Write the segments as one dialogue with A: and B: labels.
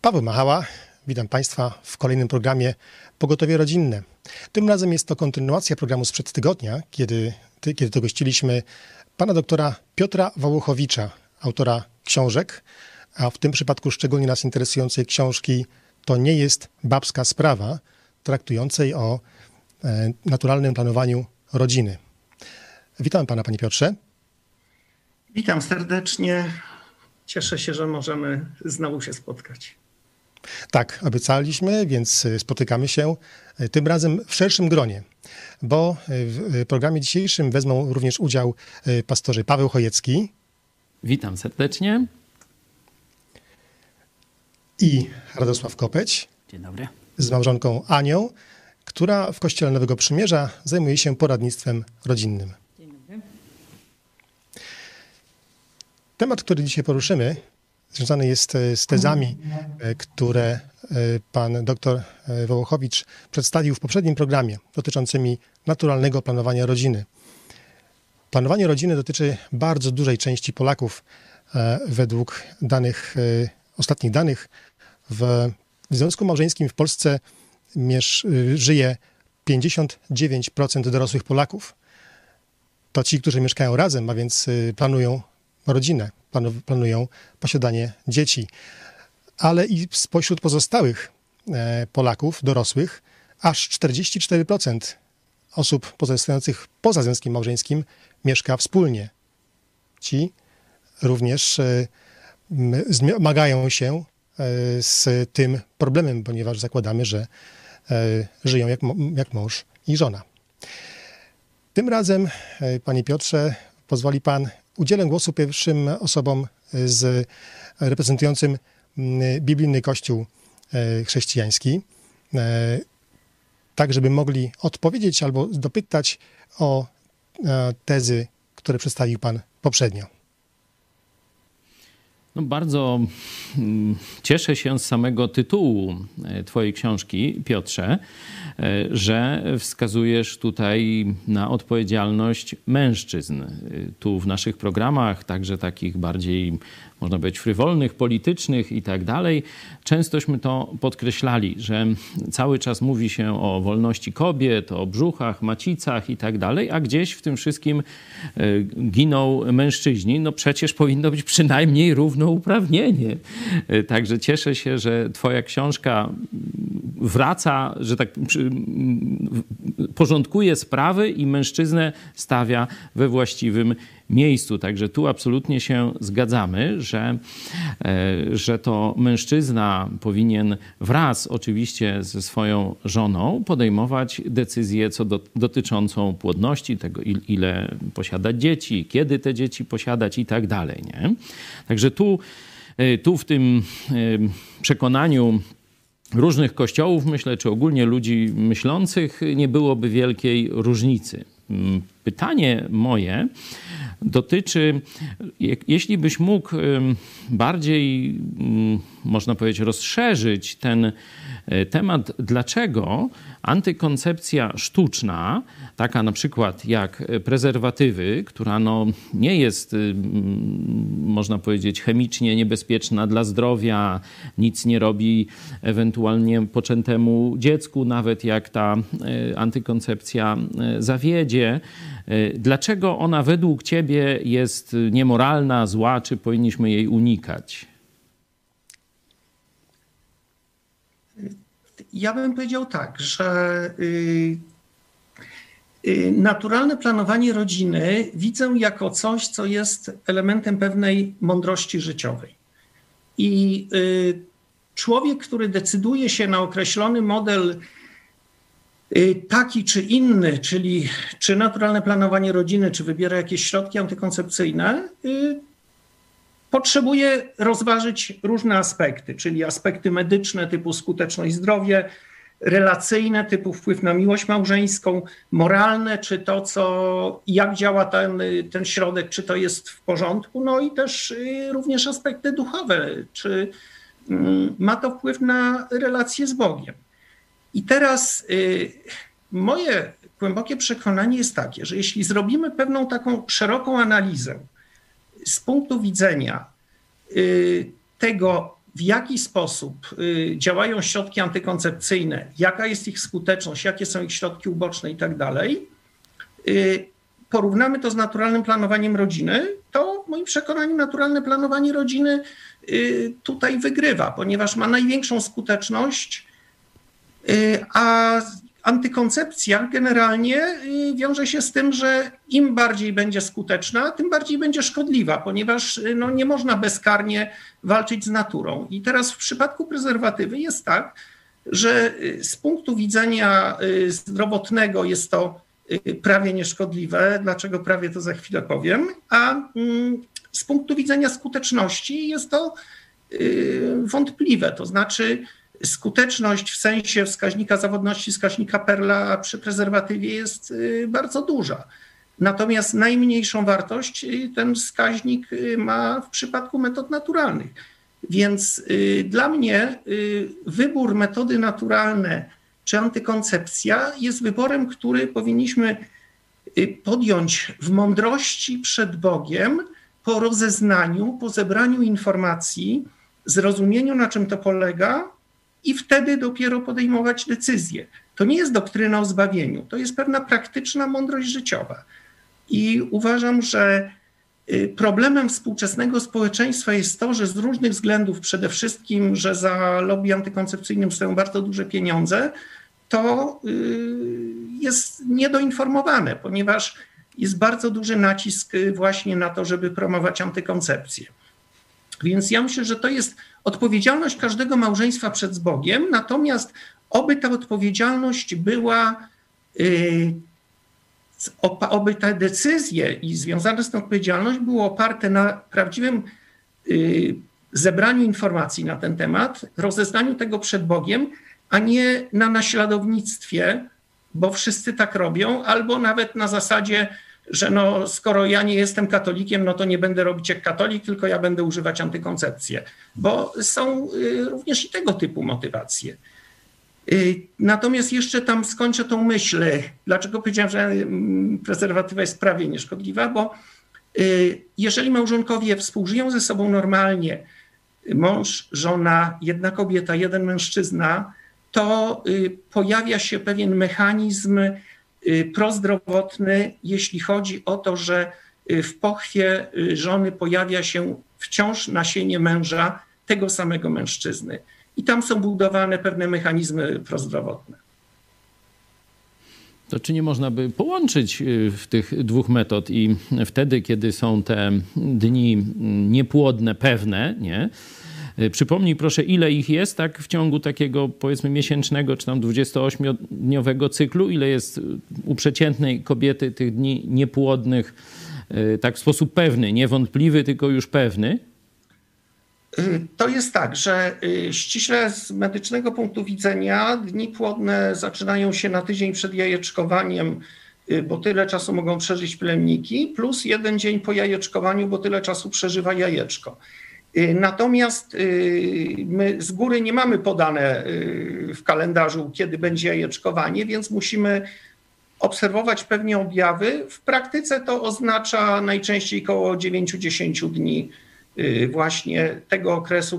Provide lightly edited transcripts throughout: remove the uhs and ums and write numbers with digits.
A: Paweł Machała, witam Państwa w kolejnym programie Pogotowie Rodzinne. Tym razem jest to kontynuacja programu sprzed tygodnia, kiedy to gościliśmy pana doktora Piotra Wałuchowicza, autora książek, a w tym przypadku szczególnie nas interesującej książki To nie jest babska sprawa, traktującej o naturalnym planowaniu rodziny. Witam pana, panie Piotrze.
B: Witam serdecznie. Cieszę się, że możemy znowu się spotkać.
A: Tak, obiecaliśmy, więc spotykamy się tym razem w szerszym gronie, bo w programie dzisiejszym wezmą również udział pastorzy Paweł Chojecki.
C: Witam serdecznie.
A: I Radosław Kopeć.
C: Dzień dobry.
A: Z małżonką Anią, która w Kościele Nowego Przymierza zajmuje się poradnictwem rodzinnym.
C: Dzień dobry.
A: Temat, który dzisiaj poruszymy, związany jest z tezami, które pan dr Wałuchowicz przedstawił w poprzednim programie dotyczącymi naturalnego planowania rodziny. Planowanie rodziny dotyczy bardzo dużej części Polaków. Według ostatnich danych w związku małżeńskim w Polsce żyje 59% dorosłych Polaków. To ci, którzy mieszkają razem, a więc planują rodzinę, planują posiadanie dzieci. Ale i spośród pozostałych Polaków dorosłych aż 44% osób pozostających poza związkiem małżeńskim mieszka wspólnie. Ci również zmagają się z tym problemem, ponieważ zakładamy, że żyją jak mąż i żona. Tym razem, panie Piotrze, pozwoli pan, udzielę głosu pierwszym osobom reprezentującym biblijny Kościół chrześcijański, tak żeby mogli odpowiedzieć albo dopytać o tezy, które przedstawił pan poprzednio.
C: No bardzo cieszę się z samego tytułu twojej książki, Piotrze, że wskazujesz tutaj na odpowiedzialność mężczyzn. Tu w naszych programach, także takich bardziej, można powiedzieć, frywolnych, politycznych i tak dalej, częstośmy to podkreślali, że cały czas mówi się o wolności kobiet, o brzuchach, macicach i tak dalej, a gdzieś w tym wszystkim giną mężczyźni. No przecież powinno być przynajmniej równouprawnienie. Także cieszę się, że twoja książka wraca, że tak porządkuje sprawy i mężczyznę stawia we właściwym miejscu. Także tu absolutnie się zgadzamy, że to mężczyzna powinien wraz oczywiście ze swoją żoną podejmować decyzję dotyczącą płodności, tego ile posiadać dzieci, kiedy te dzieci posiadać i tak dalej. Nie? Także tu w tym przekonaniu różnych kościołów, myślę, czy ogólnie ludzi myślących, nie byłoby wielkiej różnicy. Pytanie moje dotyczy, jeśli byś mógł bardziej, można powiedzieć, rozszerzyć ten temat, dlaczego antykoncepcja sztuczna, taka na przykład jak prezerwatywy, która nie jest, można powiedzieć, chemicznie niebezpieczna dla zdrowia, nic nie robi ewentualnie poczętemu dziecku, nawet jak ta antykoncepcja zawiedzie. Dlaczego ona według ciebie jest niemoralna, zła, czy powinniśmy jej unikać?
B: Ja bym powiedział tak, że naturalne planowanie rodziny widzę jako coś, co jest elementem pewnej mądrości życiowej. I człowiek, który decyduje się na określony model taki czy inny, czyli czy naturalne planowanie rodziny, czy wybiera jakieś środki antykoncepcyjne, potrzebuje rozważyć różne aspekty, czyli aspekty medyczne typu skuteczność zdrowie, relacyjne typu wpływ na miłość małżeńską, moralne, czy to, jak działa ten środek, czy to jest w porządku, no i też również aspekty duchowe, czy ma to wpływ na relacje z Bogiem. I teraz moje głębokie przekonanie jest takie, że jeśli zrobimy pewną taką szeroką analizę z punktu widzenia tego, w jaki sposób działają środki antykoncepcyjne, jaka jest ich skuteczność, jakie są ich środki uboczne i tak dalej, porównamy to z naturalnym planowaniem rodziny, to w moim przekonaniu naturalne planowanie rodziny tutaj wygrywa, ponieważ ma największą skuteczność, a antykoncepcja generalnie wiąże się z tym, że im bardziej będzie skuteczna, tym bardziej będzie szkodliwa, ponieważ nie można bezkarnie walczyć z naturą. I teraz w przypadku prezerwatywy jest tak, że z punktu widzenia zdrowotnego jest to prawie nieszkodliwe. Dlaczego prawie, to za chwilę powiem. A z punktu widzenia skuteczności jest to wątpliwe. To znaczy skuteczność w sensie wskaźnika zawodności, wskaźnika Perla przy prezerwatywie jest bardzo duża. Natomiast najmniejszą wartość ten wskaźnik ma w przypadku metod naturalnych. Więc dla mnie wybór metody naturalne czy antykoncepcja jest wyborem, który powinniśmy podjąć w mądrości przed Bogiem, po rozeznaniu, po zebraniu informacji, zrozumieniu, na czym to polega i wtedy dopiero podejmować decyzje. To nie jest doktryna o zbawieniu, to jest pewna praktyczna mądrość życiowa. I uważam, że problemem współczesnego społeczeństwa jest to, że z różnych względów, przede wszystkim, że za lobby antykoncepcyjnym stoją bardzo duże pieniądze, to jest niedoinformowane, ponieważ jest bardzo duży nacisk właśnie na to, żeby promować antykoncepcję. Więc ja myślę, że to jest odpowiedzialność każdego małżeństwa przed Bogiem, natomiast oby ta odpowiedzialność była, oby te decyzje i związane z tą odpowiedzialnością były oparte na prawdziwym zebraniu informacji na ten temat, rozeznaniu tego przed Bogiem, a nie na naśladownictwie, bo wszyscy tak robią, albo nawet na zasadzie, że skoro ja nie jestem katolikiem, to nie będę robić jak katolik, tylko ja będę używać antykoncepcji, bo są również i tego typu motywacje. Natomiast jeszcze tam skończę tą myśl, dlaczego powiedziałem, że prezerwatywa jest prawie nieszkodliwa, bo jeżeli małżonkowie współżyją ze sobą normalnie, mąż, żona, jedna kobieta, jeden mężczyzna, to pojawia się pewien mechanizm prozdrowotny, jeśli chodzi o to, że w pochwie żony pojawia się wciąż nasienie męża, tego samego mężczyzny. I tam są budowane pewne mechanizmy prozdrowotne.
C: To czy nie można by połączyć w tych dwóch metod i wtedy, kiedy są te dni niepłodne, pewne, nie? Przypomnij proszę, ile ich jest tak w ciągu takiego powiedzmy miesięcznego czy tam 28-dniowego cyklu, ile jest u przeciętnej kobiety tych dni niepłodnych tak w sposób pewny, niewątpliwy, tylko już pewny?
B: To jest tak, że ściśle z medycznego punktu widzenia dni płodne zaczynają się na tydzień przed jajeczkowaniem, bo tyle czasu mogą przeżyć plemniki, plus 1 dzień po jajeczkowaniu, bo tyle czasu przeżywa jajeczko. Natomiast my z góry nie mamy podane w kalendarzu, kiedy będzie jajeczkowanie, więc musimy obserwować pewnie objawy. W praktyce to oznacza najczęściej około 9-10 dni właśnie tego okresu,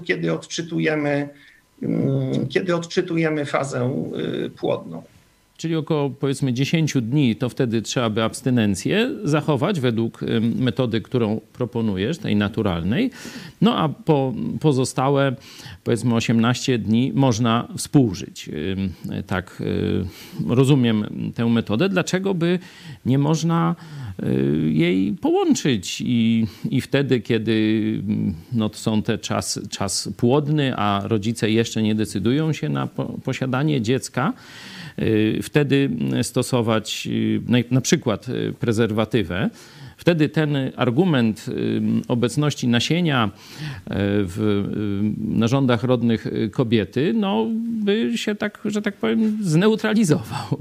B: kiedy odczytujemy fazę płodną.
C: Czyli około powiedzmy 10 dni, to wtedy trzeba by abstynencję zachować według metody, którą proponujesz, tej naturalnej. No a pozostałe powiedzmy 18 dni można współżyć. Tak rozumiem tę metodę. Dlaczego by nie można jej połączyć i wtedy, kiedy są te czas płodny, a rodzice jeszcze nie decydują się na posiadanie dziecka, wtedy stosować na przykład prezerwatywę. Wtedy ten argument obecności nasienia w narządach rodnych kobiety by się tak, że tak powiem, zneutralizował.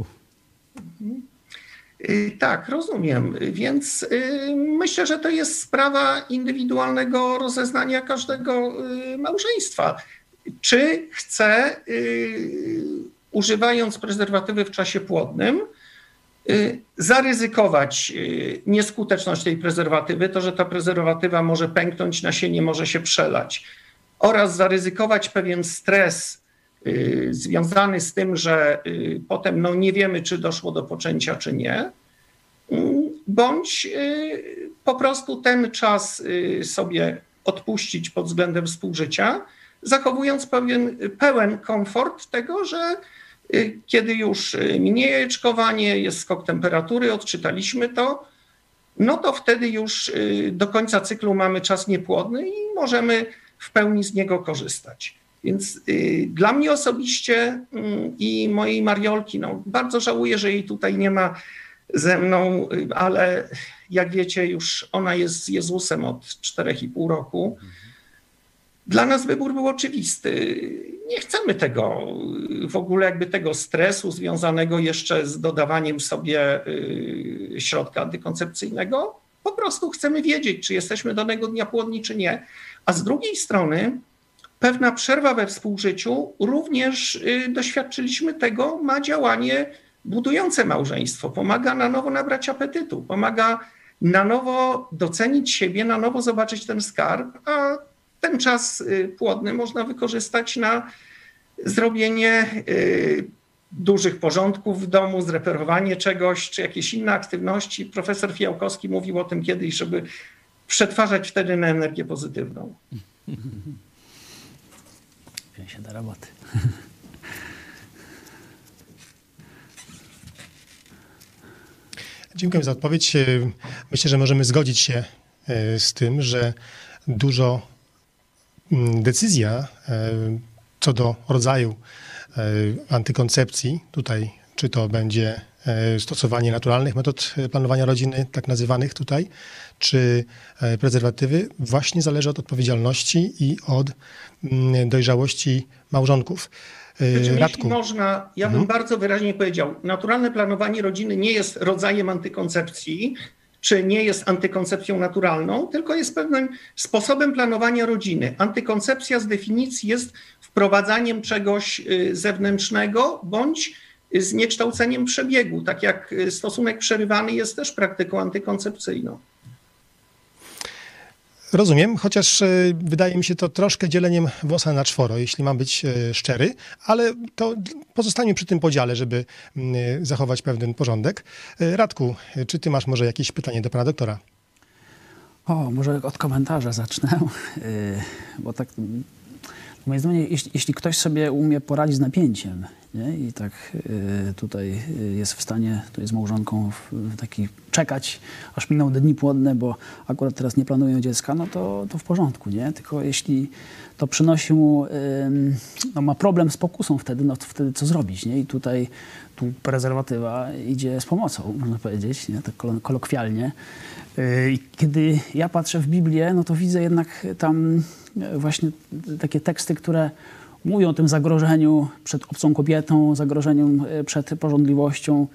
B: Tak, rozumiem. Więc myślę, że to jest sprawa indywidualnego rozeznania każdego małżeństwa. Czy chce, używając prezerwatywy w czasie płodnym, zaryzykować nieskuteczność tej prezerwatywy, to, że ta prezerwatywa może pęknąć, nasienie może się przelać. oraz zaryzykować pewien stres związany z tym, że potem nie wiemy, czy doszło do poczęcia, czy nie, bądź po prostu ten czas sobie odpuścić pod względem współżycia, zachowując pełen komfort tego, że kiedy już minie jajeczkowanie, jest skok temperatury, odczytaliśmy to, no to wtedy już do końca cyklu mamy czas niepłodny i możemy w pełni z niego korzystać. Więc dla mnie osobiście i mojej Mariolki, bardzo żałuję, że jej tutaj nie ma ze mną, ale jak wiecie, już ona jest z Jezusem od 4,5 roku. Dla nas wybór był oczywisty. Nie chcemy tego, w ogóle tego stresu związanego jeszcze z dodawaniem sobie środka antykoncepcyjnego. Po prostu chcemy wiedzieć, czy jesteśmy danego dnia płodni, czy nie. A z drugiej strony pewna przerwa we współżyciu, również doświadczyliśmy tego, ma działanie budujące małżeństwo. Pomaga na nowo nabrać apetytu, pomaga na nowo docenić siebie, na nowo zobaczyć ten skarb, a ten czas płodny można wykorzystać na zrobienie dużych porządków w domu, zreperowanie czegoś, czy jakieś inne aktywności. Profesor Fijałkowski mówił o tym kiedyś, żeby przetwarzać wtedy na energię pozytywną.
D: Wziąłem się do roboty.
A: Dziękuję za odpowiedź. Myślę, że możemy zgodzić się z tym, że decyzja co do rodzaju antykoncepcji, tutaj czy to będzie stosowanie naturalnych metod planowania rodziny, tak nazywanych tutaj, czy prezerwatywy, właśnie zależy od odpowiedzialności i od dojrzałości małżonków.
B: Jeśli można, ja bym bardzo wyraźnie powiedział, naturalne planowanie rodziny nie jest rodzajem antykoncepcji, czy nie jest antykoncepcją naturalną, tylko jest pewnym sposobem planowania rodziny. Antykoncepcja z definicji jest wprowadzaniem czegoś zewnętrznego bądź zniekształceniem przebiegu, tak jak stosunek przerywany jest też praktyką antykoncepcyjną.
A: Rozumiem, chociaż wydaje mi się to troszkę dzieleniem włosa na czworo, jeśli mam być szczery, ale to pozostańmy przy tym podziale, żeby zachować pewien porządek. Radku, czy ty masz może jakieś pytanie do pana doktora?
D: Może od komentarza zacznę, bo tak moim zdaniem, jeśli ktoś sobie umie poradzić z napięciem, nie? I tak tutaj jest w stanie, z małżonką taki czekać, aż miną dni płodne, bo akurat teraz nie planują dziecka, no to w porządku, nie? Tylko jeśli to przynosi mu, ma problem z pokusą wtedy, wtedy co zrobić, nie? I tu prezerwatywa idzie z pomocą, można powiedzieć, nie? Tak kolokwialnie. I kiedy ja patrzę w Biblię, no to widzę jednak tam właśnie takie teksty, które mówią o tym zagrożeniu przed obcą kobietą, zagrożeniu przed pożądliwością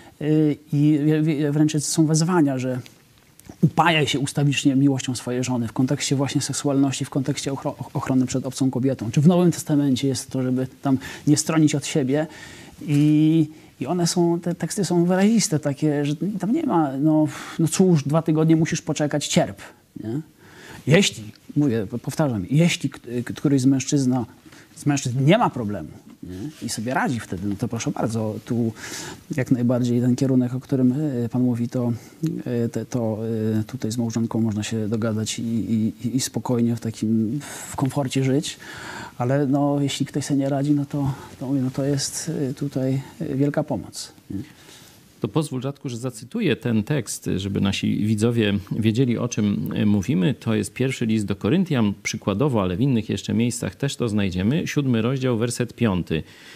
D: i wręcz są wezwania, że upajaj się ustawicznie miłością swojej żony w kontekście właśnie seksualności, w kontekście ochrony przed obcą kobietą. Czy w Nowym Testamencie jest to, żeby tam nie stronić od siebie i one są, te teksty są wyraziste takie, że tam nie ma, no cóż, 2 tygodnie musisz poczekać, cierp, nie? Jeśli, powtarzam, jeśli któryś z mężczyzn nie ma problemu, nie? I sobie radzi wtedy, no to proszę bardzo, tu jak najbardziej ten kierunek, o którym pan mówi, to tutaj z małżonką można się dogadać i spokojnie w komforcie żyć, ale no, jeśli ktoś sobie nie radzi, no to jest tutaj wielka pomoc. Nie?
C: To pozwól, Radku, że zacytuję ten tekst, żeby nasi widzowie wiedzieli, o czym mówimy. To jest 1 list do Koryntian, przykładowo, ale w innych jeszcze miejscach też to znajdziemy. 7 rozdział, werset 5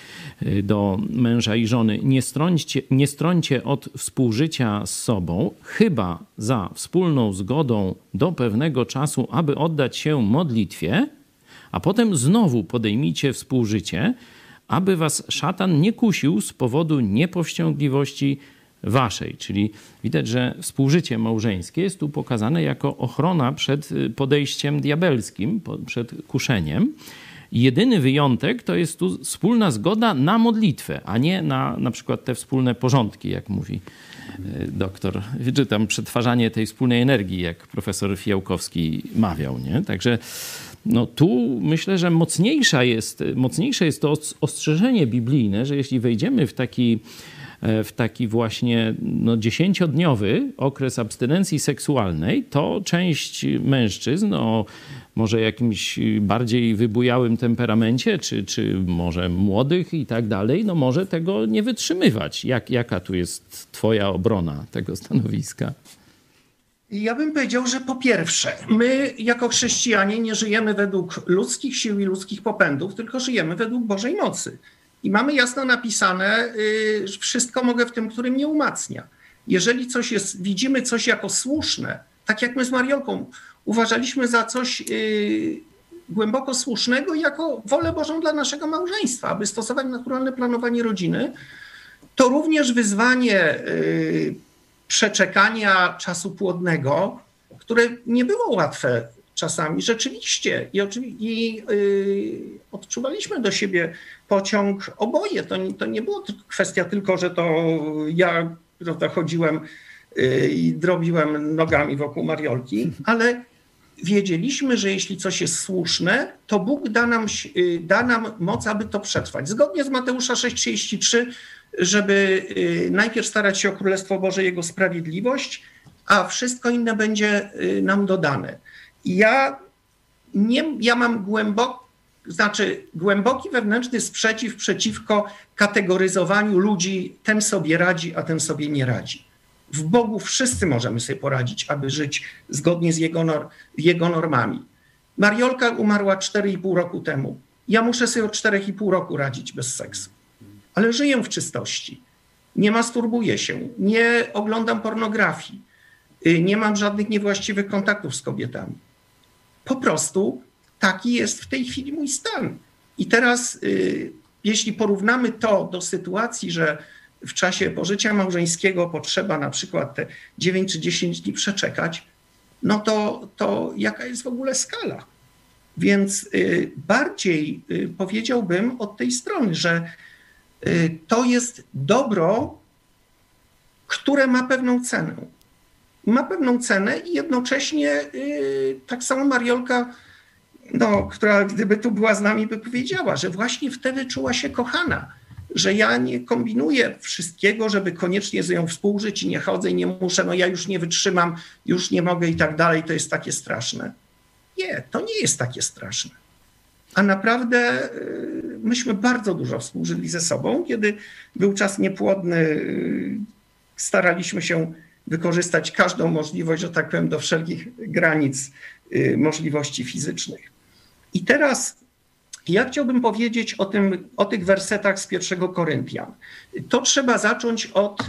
C: do męża i żony. Nie strońcie od współżycia z sobą, chyba za wspólną zgodą do pewnego czasu, aby oddać się modlitwie, a potem znowu podejmijcie współżycie, aby was szatan nie kusił z powodu niepowściągliwości waszej. Czyli widać, że współżycie małżeńskie jest tu pokazane jako ochrona przed podejściem diabelskim, przed kuszeniem. Jedyny wyjątek to jest tu wspólna zgoda na modlitwę, a nie na przykład te wspólne porządki, jak mówi doktor, czy tam przetwarzanie tej wspólnej energii, jak profesor Fijałkowski mawiał, nie? Także No tu myślę, że mocniejsze jest to ostrzeżenie biblijne, że jeśli wejdziemy w taki właśnie 10-dniowy okres abstynencji seksualnej, to część mężczyzn o może jakimś bardziej wybujałym temperamencie, czy może młodych i tak dalej, no może tego nie wytrzymywać. Jaka tu jest twoja obrona tego stanowiska?
B: Ja bym powiedział, że po pierwsze, my jako chrześcijanie nie żyjemy według ludzkich sił i ludzkich popędów, tylko żyjemy według Bożej mocy. I mamy jasno napisane, że wszystko mogę w tym, który mnie umacnia. Jeżeli widzimy coś jako słuszne, tak jak my z Mariolką uważaliśmy za coś głęboko słusznego jako wolę Bożą dla naszego małżeństwa, aby stosować naturalne planowanie rodziny, to również wyzwanie przeczekania czasu płodnego, które nie było łatwe czasami rzeczywiście i odczuwaliśmy do siebie pociąg oboje. To nie było kwestia tylko, że to ja chodziłem i drobiłem nogami wokół Mariolki, ale wiedzieliśmy, że jeśli coś jest słuszne, to Bóg da nam moc, aby to przetrwać. Zgodnie z Mateusza 6,33, żeby najpierw starać się o Królestwo Boże, Jego sprawiedliwość, a wszystko inne będzie nam dodane. I ja mam głęboki wewnętrzny sprzeciw przeciwko kategoryzowaniu ludzi, ten sobie radzi, a ten sobie nie radzi. W Bogu wszyscy możemy sobie poradzić, aby żyć zgodnie z Jego normami. Mariolka umarła 4,5 roku temu. Ja muszę sobie od 4,5 roku radzić bez seksu. Ale żyję w czystości. Nie masturbuję się, nie oglądam pornografii, nie mam żadnych niewłaściwych kontaktów z kobietami. Po prostu taki jest w tej chwili mój stan. I teraz, jeśli porównamy to do sytuacji, że w czasie pożycia małżeńskiego potrzeba na przykład te 9 czy 10 dni przeczekać, no to jaka jest w ogóle skala? Więc bardziej powiedziałbym od tej strony, że to jest dobro, które ma pewną cenę. Ma pewną cenę i jednocześnie tak samo Mariolka, która gdyby tu była z nami, by powiedziała, że właśnie wtedy czuła się kochana, że ja nie kombinuję wszystkiego, żeby koniecznie z nią współżyć i nie chodzę i nie muszę, ja już nie wytrzymam, już nie mogę i tak dalej, to jest takie straszne. Nie, to nie jest takie straszne. A naprawdę myśmy bardzo dużo współżyli ze sobą. Kiedy był czas niepłodny, staraliśmy się wykorzystać każdą możliwość, że tak powiem, do wszelkich granic możliwości fizycznych. I teraz ja chciałbym powiedzieć o tych wersetach z 1 Koryntian. To trzeba zacząć od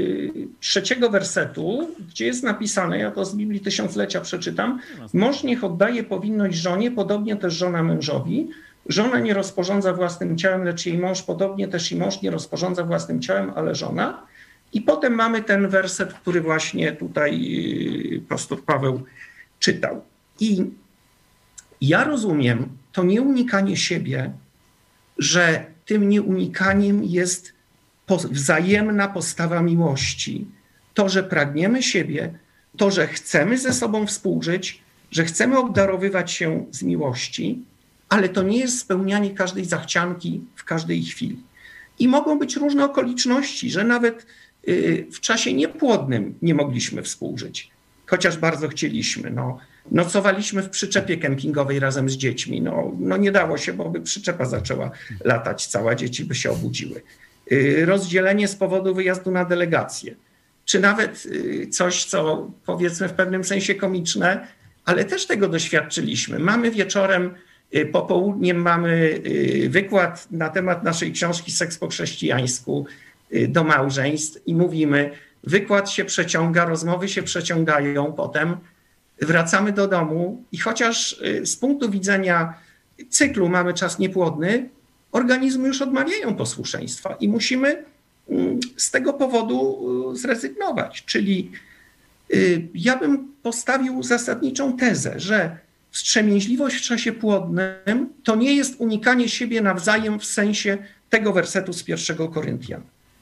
B: 3 wersetu, gdzie jest napisane, ja to z Biblii Tysiąclecia przeczytam, mąż niech oddaje powinność żonie, podobnie też żona mężowi. Żona nie rozporządza własnym ciałem, lecz jej mąż, podobnie też i mąż nie rozporządza własnym ciałem, ale żona. I potem mamy ten werset, który właśnie tutaj pastor Paweł czytał. I ja rozumiem to nieunikanie siebie, że tym nieunikaniem jest wzajemna postawa miłości. To, że pragniemy siebie, to, że chcemy ze sobą współżyć, że chcemy obdarowywać się z miłości, ale to nie jest spełnianie każdej zachcianki w każdej chwili. I mogą być różne okoliczności, że nawet w czasie niepłodnym nie mogliśmy współżyć, chociaż bardzo chcieliśmy. Nocowaliśmy w przyczepie kempingowej razem z dziećmi. Nie dało się, bo by przyczepa zaczęła latać cała, dzieci by się obudziły. Rozdzielenie z powodu wyjazdu na delegację. Czy nawet coś, co powiedzmy w pewnym sensie komiczne, ale też tego doświadczyliśmy. Mamy wieczorem, popołudniem mamy wykład na temat naszej książki Seks po chrześcijańsku do małżeństw i mówimy, wykład się przeciąga, rozmowy się przeciągają, potem wracamy do domu i chociaż z punktu widzenia cyklu mamy czas niepłodny, organizmy już odmawiają posłuszeństwa i musimy z tego powodu zrezygnować. Czyli ja bym postawił zasadniczą tezę, że wstrzemięźliwość w czasie płodnym to nie jest unikanie siebie nawzajem w sensie tego wersetu z 1 Koryntian.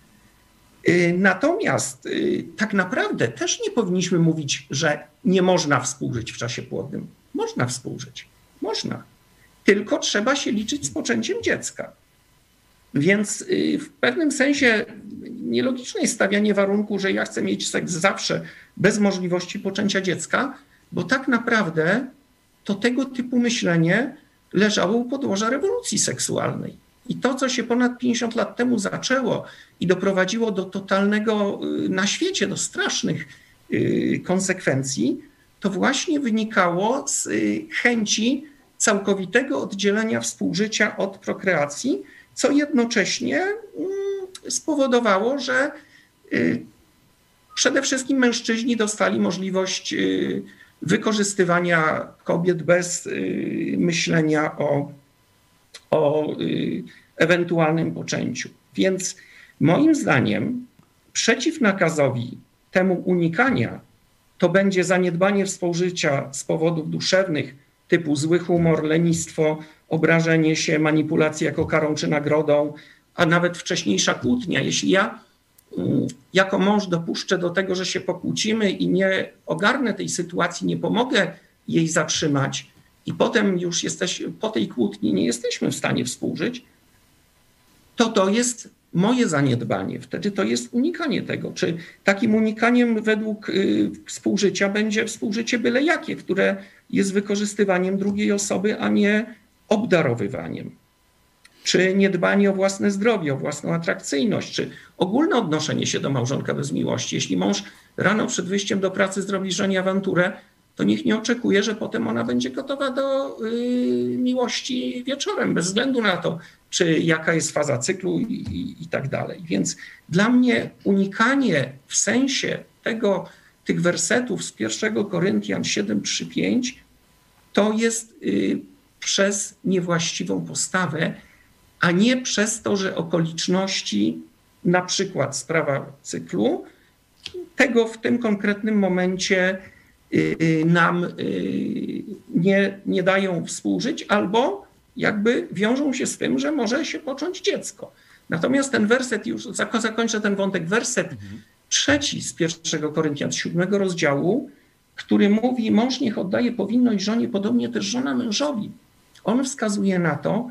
B: Natomiast tak naprawdę też nie powinniśmy mówić, że nie można współżyć w czasie płodnym. Można współżyć. Można. tylko trzeba się liczyć z poczęciem dziecka. Więc w pewnym sensie nielogiczne jest stawianie warunku, że ja chcę mieć seks zawsze bez możliwości poczęcia dziecka, bo tak naprawdę to tego typu myślenie leżało u podłoża rewolucji seksualnej. I to, co się ponad 50 lat temu zaczęło i doprowadziło do totalnego na świecie, do strasznych konsekwencji, to właśnie wynikało z chęci całkowitego oddzielenia współżycia od prokreacji, co jednocześnie spowodowało, że przede wszystkim mężczyźni dostali możliwość wykorzystywania kobiet bez myślenia o ewentualnym poczęciu. Więc moim zdaniem przeciw nakazowi temu unikania to będzie zaniedbanie współżycia z powodów duszewnych typu zły humor, lenistwo, obrażenie się, manipulacja jako karą czy nagrodą, a nawet wcześniejsza kłótnia. Jeśli ja jako mąż dopuszczę do tego, że się pokłócimy i nie ogarnę tej sytuacji, nie pomogę jej zatrzymać i potem już po tej kłótni nie jesteśmy w stanie współżyć, to jest moje zaniedbanie. Wtedy to jest unikanie tego. Czy takim unikaniem według współżycia będzie współżycie byle jakie, które jest wykorzystywaniem drugiej osoby, a nie obdarowywaniem? Czy niedbanie o własne zdrowie, o własną atrakcyjność, czy ogólne odnoszenie się do małżonka bez miłości? Jeśli mąż rano przed wyjściem do pracy zrobi żonie awanturę, to niech nie oczekuje, że potem ona będzie gotowa do miłości wieczorem, bez względu na to, czy jaka jest faza cyklu i tak dalej. Więc dla mnie unikanie w sensie tych wersetów z 1 Koryntian 7, 3, 5 to jest przez niewłaściwą postawę, a nie przez to, że okoliczności, na przykład sprawa cyklu, tego w tym konkretnym momencie nam nie dają współżyć albo jakby wiążą się z tym, że może się począć dziecko. Natomiast ten werset, już zakończę ten wątek, werset 3 z 1 Koryntian 7 rozdziału, który mówi, mąż niech oddaje powinność żonie, podobnie też żona mężowi. On wskazuje na to,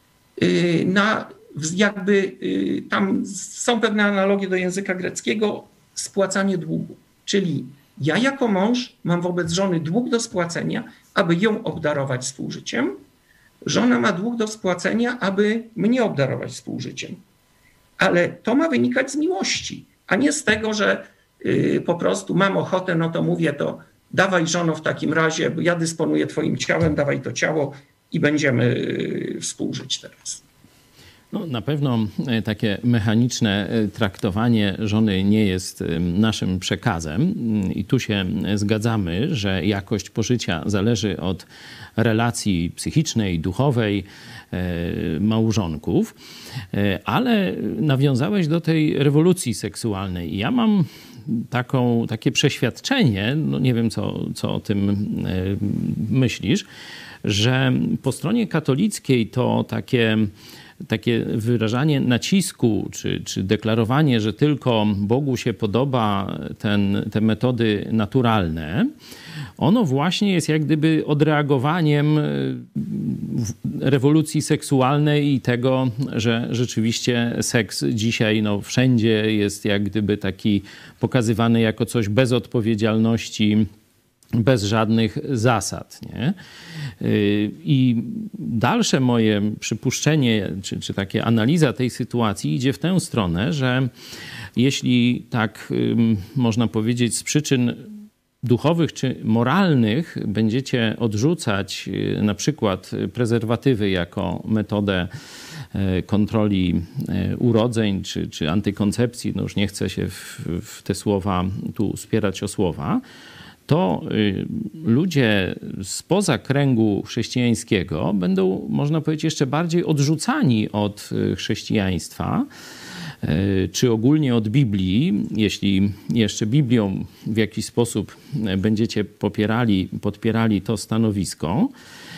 B: tam są pewne analogie do języka greckiego, spłacanie długu. Czyli ja jako mąż mam wobec żony dług do spłacenia, aby ją obdarować współżyciem. Żona ma dług do spłacenia, aby mnie obdarować współżyciem. Ale to ma wynikać z miłości, a nie z tego, że po prostu mam ochotę, no to mówię to, dawaj żono w takim razie, bo ja dysponuję twoim ciałem, dawaj to ciało i będziemy współżyć teraz.
C: No, na pewno takie mechaniczne traktowanie żony nie jest naszym przekazem i tu się zgadzamy, że jakość pożycia zależy od relacji psychicznej, duchowej małżonków, ale nawiązałeś do tej rewolucji seksualnej i ja mam takie przeświadczenie, no nie wiem co o tym myślisz, że po stronie katolickiej to takie wyrażanie nacisku, czy deklarowanie, że tylko Bogu się podoba te metody naturalne, ono właśnie jest jak gdyby odreagowaniem rewolucji seksualnej i tego, że rzeczywiście seks dzisiaj wszędzie jest jak gdyby taki pokazywany jako coś bez odpowiedzialności, bez żadnych zasad, nie? I dalsze moje przypuszczenie, czy takie analiza tej sytuacji idzie w tę stronę, że jeśli tak można powiedzieć z przyczyn duchowych czy moralnych będziecie odrzucać na przykład prezerwatywy jako metodę kontroli urodzeń czy antykoncepcji, no już nie chcę się w te słowa tu spierać o słowa, to ludzie spoza kręgu chrześcijańskiego będą, można powiedzieć, jeszcze bardziej odrzucani od chrześcijaństwa, czy ogólnie od Biblii, jeśli jeszcze Biblią w jakiś sposób będziecie podpierali to stanowisko,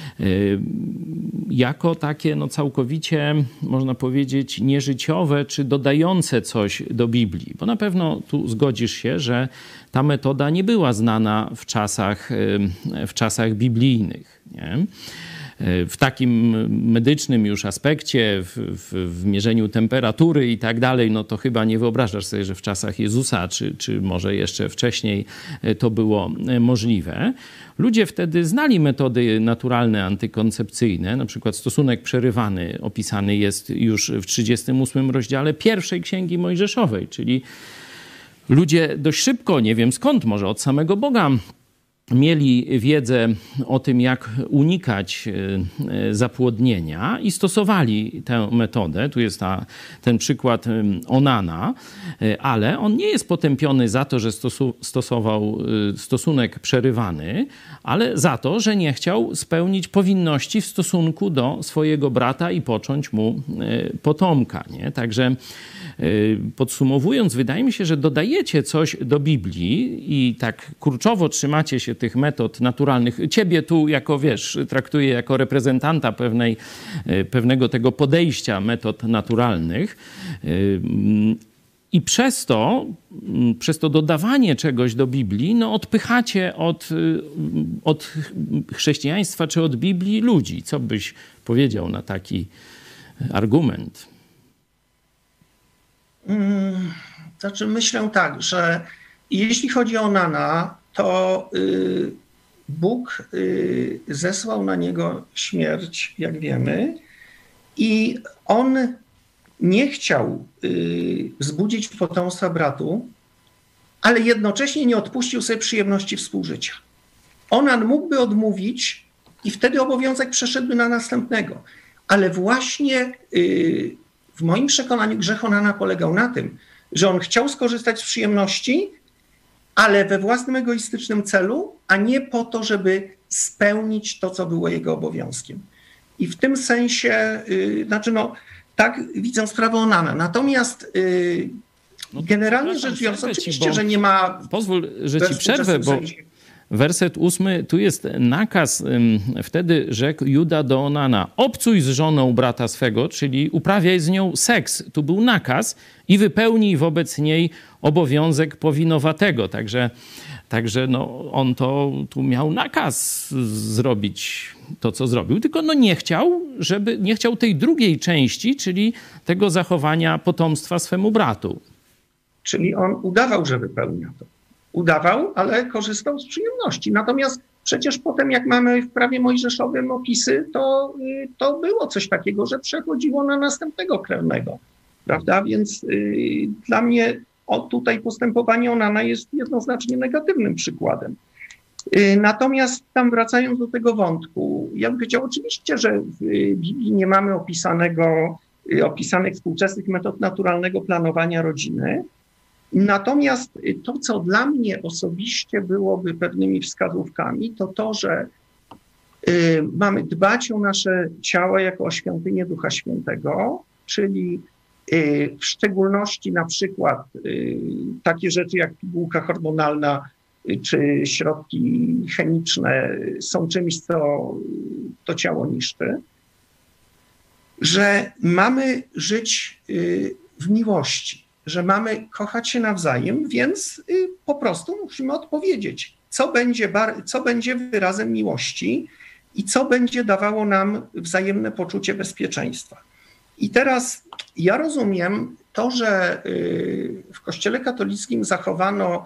C: jako takie całkowicie, można powiedzieć, nieżyciowe, czy dodające coś do Biblii. Bo na pewno tu zgodzisz się, że ta metoda nie była znana w czasach biblijnych, nie? w takim medycznym już aspekcie, w mierzeniu temperatury i tak dalej, no to chyba nie wyobrażasz sobie, że w czasach Jezusa, czy może jeszcze wcześniej to było możliwe. Ludzie wtedy znali metody naturalne antykoncepcyjne, na przykład stosunek przerywany opisany jest już w 38 rozdziale pierwszej Księgi Mojżeszowej, czyli ludzie dość szybko, nie wiem skąd, może od samego Boga, mieli wiedzę o tym, jak unikać zapłodnienia i stosowali tę metodę. Tu jest ten przykład Onana, ale on nie jest potępiony za to, że stosował stosunek przerywany, ale za to, że nie chciał spełnić powinności w stosunku do swojego brata i począć mu potomka. Nie? Także podsumowując, wydaje mi się, że dodajecie coś do Biblii i tak kurczowo trzymacie się tych metod naturalnych. Ciebie tu jako, wiesz, traktuję jako reprezentanta pewnego tego podejścia metod naturalnych. I przez to dodawanie czegoś do Biblii, no odpychacie od chrześcijaństwa czy od Biblii ludzi. Co byś powiedział na taki argument?
B: Znaczy myślę tak, że jeśli chodzi o Onana, to Bóg zesłał na niego śmierć, jak wiemy, i on nie chciał wzbudzić potomstwa bratu, ale jednocześnie nie odpuścił sobie przyjemności współżycia. Onan mógłby odmówić i wtedy obowiązek przeszedłby na następnego. Ale właśnie w moim przekonaniu grzech Onana polegał na tym, że on chciał skorzystać z przyjemności, ale we własnym egoistycznym celu, a nie po to, żeby spełnić to, co było jego obowiązkiem. I w tym sensie, tak widzę sprawę Onana. Natomiast generalnie rzecz biorąc, oczywiście, że nie ma...
C: Pozwól, że ci przerwę, bo werset 8, tu jest nakaz, wtedy rzekł Juda do Onana, obcuj z żoną brata swego, czyli uprawiaj z nią seks. Tu był nakaz i wypełnij wobec niej obowiązek powinowatego. Także on tu miał nakaz zrobić to, co zrobił, tylko nie chciał tej drugiej części, czyli tego zachowania potomstwa swemu bratu.
B: Czyli on udawał, że wypełnia to. Udawał, ale korzystał z przyjemności. Natomiast przecież potem, jak mamy w prawie mojżeszowym opisy, to było coś takiego, że przechodziło na następnego krewnego, prawda? Więc dla mnie tutaj postępowanie Onana jest jednoznacznie negatywnym przykładem. Natomiast tam wracając do tego wątku, ja bym powiedział oczywiście, że w Biblii nie mamy opisanych współczesnych metod naturalnego planowania rodziny. Natomiast to, co dla mnie osobiście byłoby pewnymi wskazówkami, to, że mamy dbać o nasze ciała jako o świątynię Ducha Świętego, czyli w szczególności na przykład takie rzeczy jak pigułka hormonalna czy środki chemiczne są czymś, co to ciało niszczy, że mamy żyć w miłości, że mamy kochać się nawzajem, więc po prostu musimy odpowiedzieć, co będzie wyrazem miłości i co będzie dawało nam wzajemne poczucie bezpieczeństwa. I teraz ja rozumiem to, że w Kościele katolickim zachowano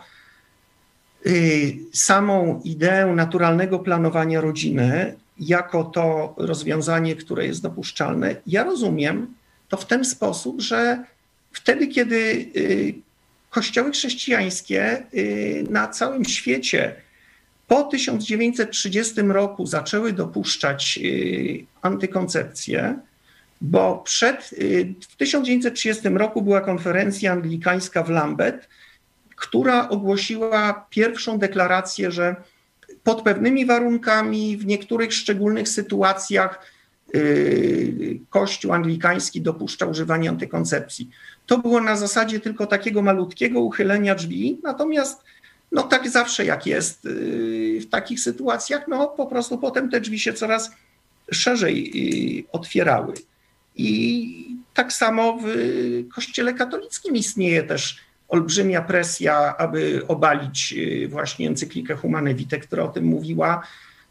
B: samą ideę naturalnego planowania rodziny jako to rozwiązanie, które jest dopuszczalne. Ja rozumiem to w ten sposób, że wtedy, kiedy kościoły chrześcijańskie na całym świecie po 1930 roku zaczęły dopuszczać antykoncepcję, bo w 1930 roku była konferencja anglikańska w Lambeth, która ogłosiła pierwszą deklarację, że pod pewnymi warunkami, w niektórych szczególnych sytuacjach Kościół anglikański dopuszcza używanie antykoncepcji. To było na zasadzie tylko takiego malutkiego uchylenia drzwi, natomiast tak zawsze jak jest w takich sytuacjach, po prostu potem te drzwi się coraz szerzej otwierały. I tak samo w Kościele katolickim istnieje też olbrzymia presja, aby obalić właśnie encyklikę Humane Vitae, która o tym mówiła.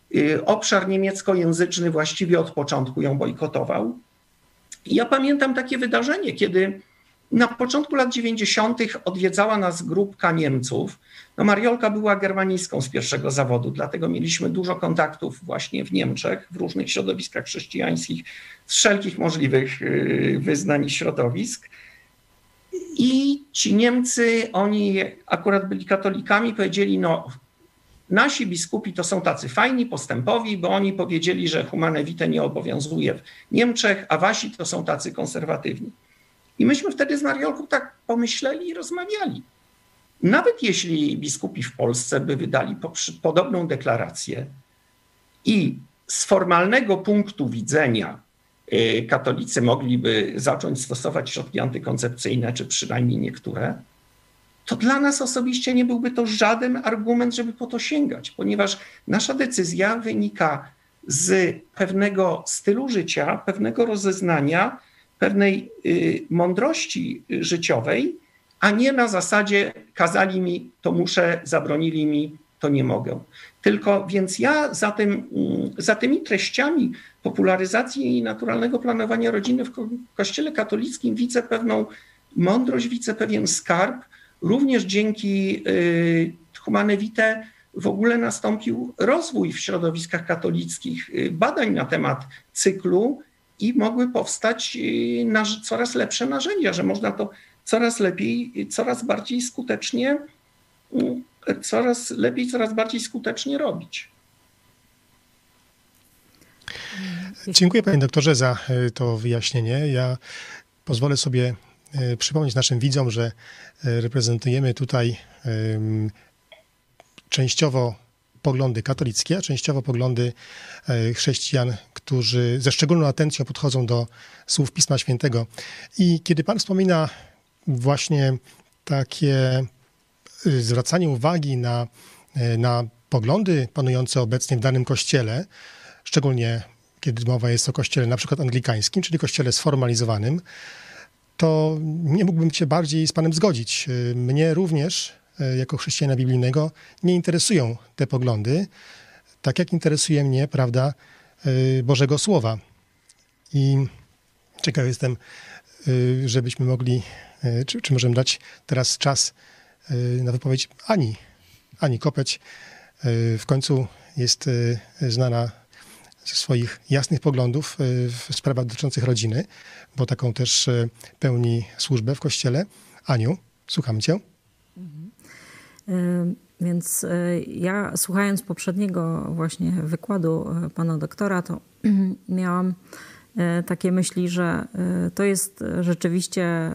B: obszar niemieckojęzyczny właściwie od początku ją bojkotował. I ja pamiętam takie wydarzenie, kiedy na początku lat 90. odwiedzała nas grupka Niemców. No Mariolka była germanistką z pierwszego zawodu, dlatego mieliśmy dużo kontaktów właśnie w Niemczech, w różnych środowiskach chrześcijańskich, z wszelkich możliwych wyznań i środowisk. I ci Niemcy, oni akurat byli katolikami, powiedzieli, no nasi biskupi to są tacy fajni, postępowi, bo oni powiedzieli, że humane vitae nie obowiązuje w Niemczech, a wasi to są tacy konserwatywni. I myśmy wtedy z Mariolką tak pomyśleli i rozmawiali. Nawet jeśli biskupi w Polsce by wydali podobną deklarację i z formalnego punktu widzenia katolicy mogliby zacząć stosować środki antykoncepcyjne, czy przynajmniej niektóre, to dla nas osobiście nie byłby to żaden argument, żeby po to sięgać, ponieważ nasza decyzja wynika z pewnego stylu życia, pewnego rozeznania, pewnej mądrości życiowej, a nie na zasadzie kazali mi, to muszę, zabronili mi, to nie mogę. Tylko więc ja za tymi treściami popularyzacji naturalnego planowania rodziny w Kościele katolickim widzę pewną mądrość, widzę pewien skarb. Również dzięki Humane Vitae w ogóle nastąpił rozwój w środowiskach katolickich badań na temat cyklu i mogły powstać coraz lepsze narzędzia, że można to coraz lepiej, coraz bardziej skutecznie robić.
A: Dziękuję panie doktorze za to wyjaśnienie. Ja pozwolę sobie przypomnieć naszym widzom, że reprezentujemy tutaj częściowo poglądy katolickie, a częściowo poglądy chrześcijan, którzy ze szczególną atencją podchodzą do słów Pisma Świętego. I kiedy pan wspomina właśnie takie zwracanie uwagi na poglądy panujące obecnie w danym kościele, szczególnie kiedy mowa jest o kościele na przykład anglikańskim, czyli kościele sformalizowanym, to nie mógłbym się bardziej z panem zgodzić. Mnie również, jako chrześcijana biblijnego, nie interesują te poglądy, tak jak interesuje mnie prawda Bożego Słowa. I ciekaw jestem, żebyśmy mogli, czy możemy dać teraz czas na wypowiedź Ani Kopeć. W końcu jest znana ze swoich jasnych poglądów w sprawach dotyczących rodziny, bo taką też pełni służbę w Kościele. Aniu, słucham cię.
E: Więc ja, słuchając poprzedniego właśnie wykładu pana doktora, to miałam takie myśli, że to jest rzeczywiście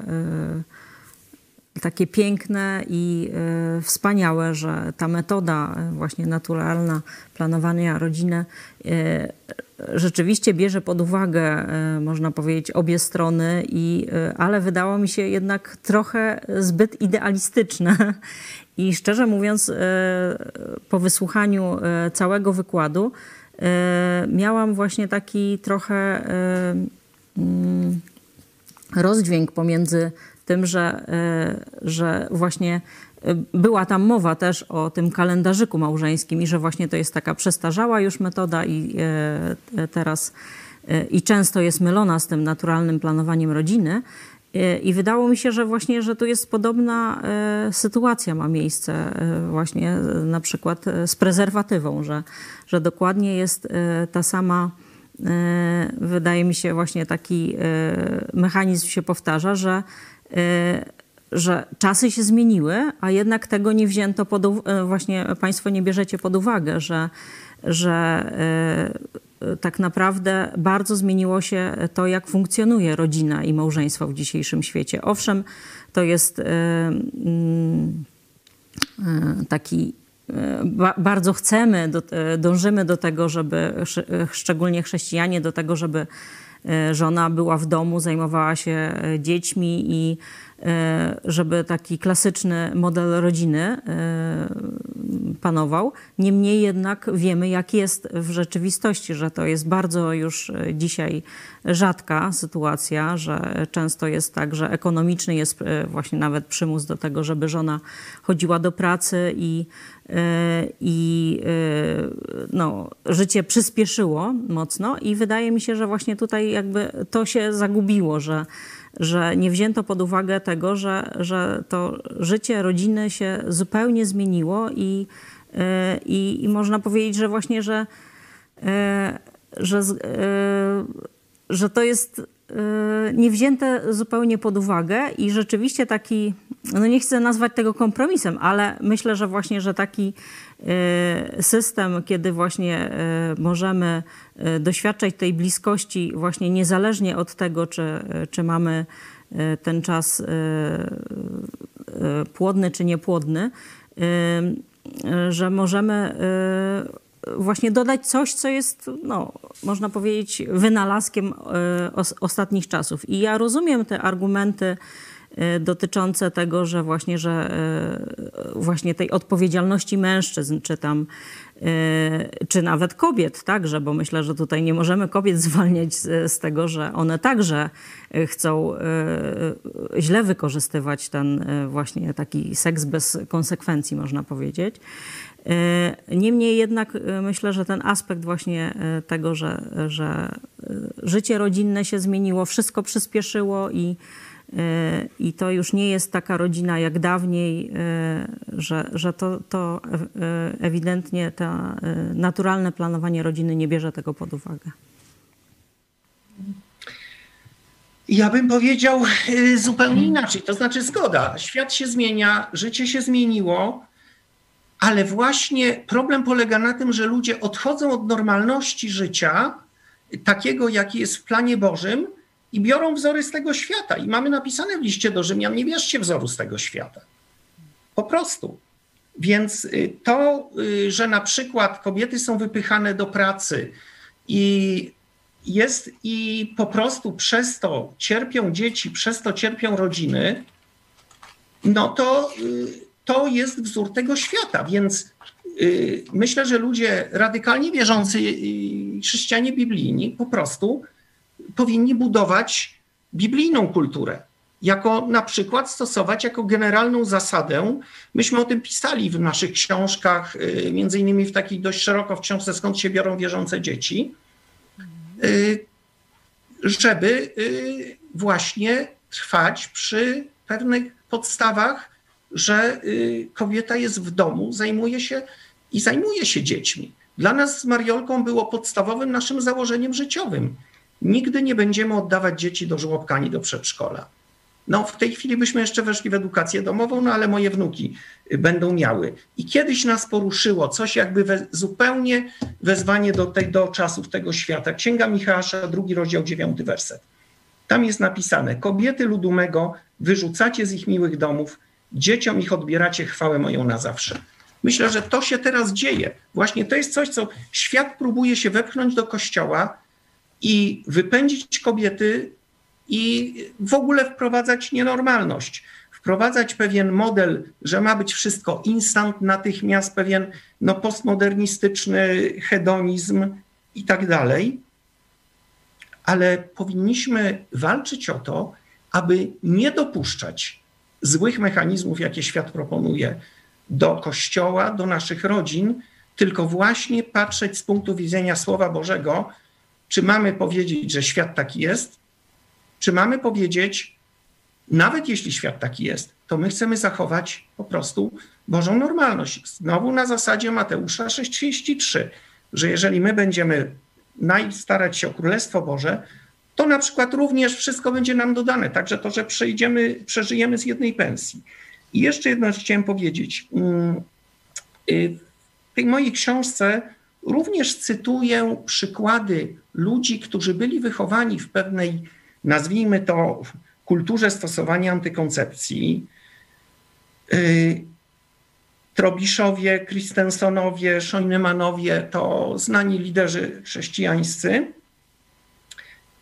E: takie piękne i wspaniałe, że ta metoda właśnie naturalna planowania rodziny rzeczywiście bierze pod uwagę, można powiedzieć, obie strony, ale wydało mi się jednak trochę zbyt idealistyczne. I szczerze mówiąc, po wysłuchaniu całego wykładu miałam właśnie taki trochę rozdźwięk pomiędzy tym, że właśnie była tam mowa też o tym kalendarzyku małżeńskim i że właśnie to jest taka przestarzała już metoda i teraz i często jest mylona z tym naturalnym planowaniem rodziny. I wydało mi się, że właśnie, że tu jest podobna sytuacja ma miejsce właśnie na przykład z prezerwatywą, że dokładnie jest ta sama, wydaje mi się właśnie taki mechanizm się powtarza, że czasy się zmieniły, a jednak tego nie wzięto właśnie państwo nie bierzecie pod uwagę, że tak naprawdę bardzo zmieniło się to, jak funkcjonuje rodzina i małżeństwo w dzisiejszym świecie. Owszem, to jest taki bardzo chcemy, dążymy do tego, żeby szczególnie chrześcijanie, do tego, żeby żona była w domu, zajmowała się dziećmi i żeby taki klasyczny model rodziny panował. Niemniej jednak wiemy, jak jest w rzeczywistości, że to jest bardzo już dzisiaj rzadka sytuacja, że często jest tak, że ekonomiczny jest właśnie nawet przymus do tego, żeby żona chodziła do pracy i no, życie przyspieszyło mocno i wydaje mi się, że właśnie tutaj jakby to się zagubiło, że nie wzięto pod uwagę tego, że to życie rodziny się zupełnie zmieniło i można powiedzieć, że właśnie, że to jest nie wzięte zupełnie pod uwagę i rzeczywiście taki, no nie chcę nazwać tego kompromisem, ale myślę, że właśnie, że taki system, kiedy właśnie możemy doświadczać tej bliskości właśnie niezależnie od tego, czy mamy ten czas płodny czy niepłodny, że możemy właśnie dodać coś, co jest, no, można powiedzieć, wynalazkiem ostatnich czasów. I ja rozumiem te argumenty dotyczące tego, że właśnie tej odpowiedzialności mężczyzn, czy nawet kobiet także, bo myślę, że tutaj nie możemy kobiet zwalniać z tego, że one także chcą źle wykorzystywać ten właśnie taki seks bez konsekwencji, można powiedzieć. Niemniej jednak myślę, że ten aspekt właśnie tego, że życie rodzinne się zmieniło, wszystko przyspieszyło i to już nie jest taka rodzina jak dawniej, że to ewidentnie to naturalne planowanie rodziny nie bierze tego pod uwagę.
B: Ja bym powiedział zupełnie inaczej. To znaczy zgoda, świat się zmienia, życie się zmieniło, ale właśnie problem polega na tym, że ludzie odchodzą od normalności życia, takiego jaki jest w planie Bożym, i biorą wzory z tego świata. I mamy napisane w liście do Rzymian, nie bierzcie wzoru z tego świata. Po prostu. Więc to, że na przykład kobiety są wypychane do pracy i po prostu przez to cierpią dzieci, przez to cierpią rodziny, no to jest wzór tego świata. Więc myślę, że ludzie radykalnie wierzący, chrześcijanie biblijni po prostu powinni budować biblijną kulturę. Jako na przykład stosować jako generalną zasadę, myśmy o tym pisali w naszych książkach, między innymi w takiej dość szeroko w książce Skąd się biorą wierzące dzieci, żeby właśnie trwać przy pewnych podstawach, że kobieta jest w domu, zajmuje się dziećmi. Dla nas z Mariolką było podstawowym naszym założeniem życiowym. Nigdy nie będziemy oddawać dzieci do żłobka ani do przedszkola. No w tej chwili byśmy jeszcze weszli w edukację domową, no ale moje wnuki będą miały. I kiedyś nas poruszyło coś jakby zupełnie wezwanie do czasów tego świata. Księga Michała, 2 rozdział, 9 werset. Tam jest napisane: kobiety ludu mego wyrzucacie z ich miłych domów, dzieciom ich odbieracie chwałę moją na zawsze. Myślę, że to się teraz dzieje. Właśnie to jest coś, co świat próbuje się wepchnąć do Kościoła i wypędzić kobiety i w ogóle wprowadzać nienormalność. Wprowadzać pewien model, że ma być wszystko instant, natychmiast, pewien postmodernistyczny hedonizm i tak dalej. Ale powinniśmy walczyć o to, aby nie dopuszczać złych mechanizmów, jakie świat proponuje, do Kościoła, do naszych rodzin, tylko właśnie patrzeć z punktu widzenia Słowa Bożego, czy mamy powiedzieć, że świat taki jest, czy mamy powiedzieć, nawet jeśli świat taki jest, to my chcemy zachować po prostu Bożą normalność. Znowu na zasadzie Mateusza 6,33, że jeżeli my będziemy starać się o Królestwo Boże, to na przykład również wszystko będzie nam dodane, także to, że przeżyjemy z jednej pensji. I jeszcze jedno chciałem powiedzieć. W tej mojej książce również cytuję przykłady ludzi, którzy byli wychowani w pewnej, nazwijmy to, kulturze stosowania antykoncepcji. Trobiszowie, Christensonowie, Scheunemanowie to znani liderzy chrześcijańscy.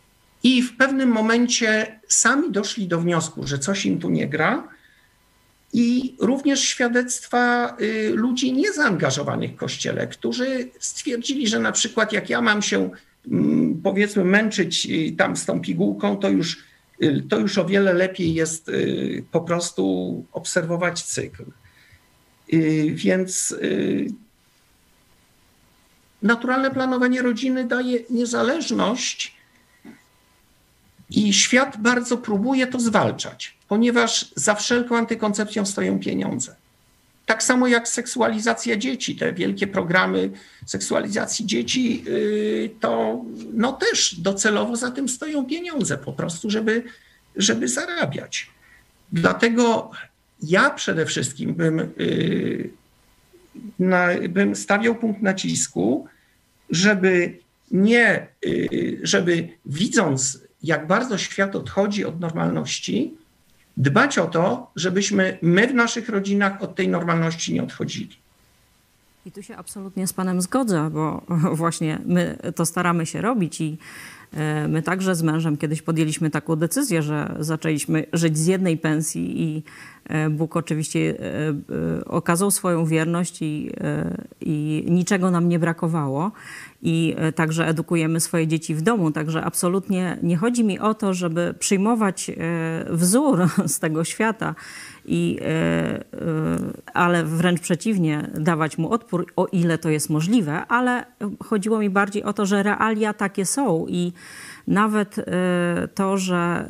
B: I w pewnym momencie sami doszli do wniosku, że coś im tu nie gra i również świadectwa ludzi niezaangażowanych w Kościele, którzy stwierdzili, że na przykład jak ja mam się powiedzmy męczyć tam z tą pigułką, to już o wiele lepiej jest po prostu obserwować cykl. Więc naturalne planowanie rodziny daje niezależność i świat bardzo próbuje to zwalczać, ponieważ za wszelką antykoncepcją stoją pieniądze. Tak samo jak seksualizacja dzieci, te wielkie programy seksualizacji dzieci, to no też docelowo za tym stoją pieniądze po prostu, żeby zarabiać. Dlatego ja przede wszystkim bym stawiał punkt nacisku, żeby widząc, jak bardzo świat odchodzi od normalności, dbać o to, żebyśmy my w naszych rodzinach od tej normalności nie odchodzili.
E: I tu się absolutnie z panem zgodzę, bo właśnie my to staramy się robić i my także z mężem kiedyś podjęliśmy taką decyzję, że zaczęliśmy żyć z jednej pensji i Bóg oczywiście okazał swoją wierność i niczego nam nie brakowało. I także edukujemy swoje dzieci w domu. Także absolutnie nie chodzi mi o to, żeby przyjmować wzór z tego świata, ale wręcz przeciwnie, dawać mu odpór, o ile to jest możliwe, ale chodziło mi bardziej o to, że realia takie są i nawet to, że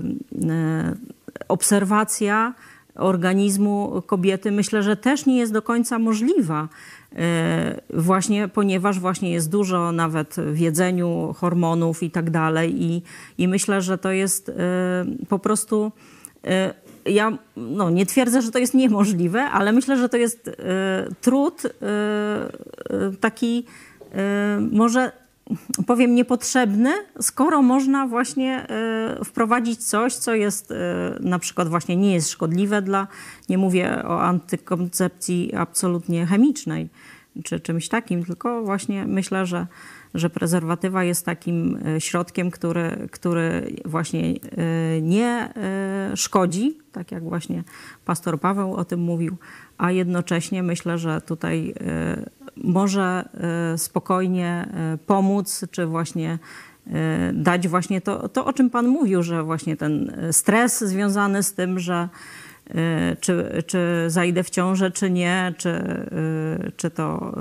E: obserwacja organizmu kobiety myślę, że też nie jest do końca możliwa. Właśnie, ponieważ właśnie jest dużo nawet w jedzeniu hormonów i tak dalej i myślę, że to jest po prostu, ja nie twierdzę, że to jest niemożliwe, ale myślę, że to jest trud taki może powiem niepotrzebny, skoro można właśnie wprowadzić coś, co jest na przykład właśnie nie jest szkodliwe nie mówię o antykoncepcji absolutnie chemicznej czy czymś takim, tylko właśnie myślę, że prezerwatywa jest takim środkiem, który właśnie nie szkodzi, tak jak właśnie pastor Paweł o tym mówił, a jednocześnie myślę, że tutaj może spokojnie pomóc, czy właśnie dać właśnie to, o czym pan mówił, że właśnie ten stres związany z tym, że czy zajdę w ciążę, czy nie, czy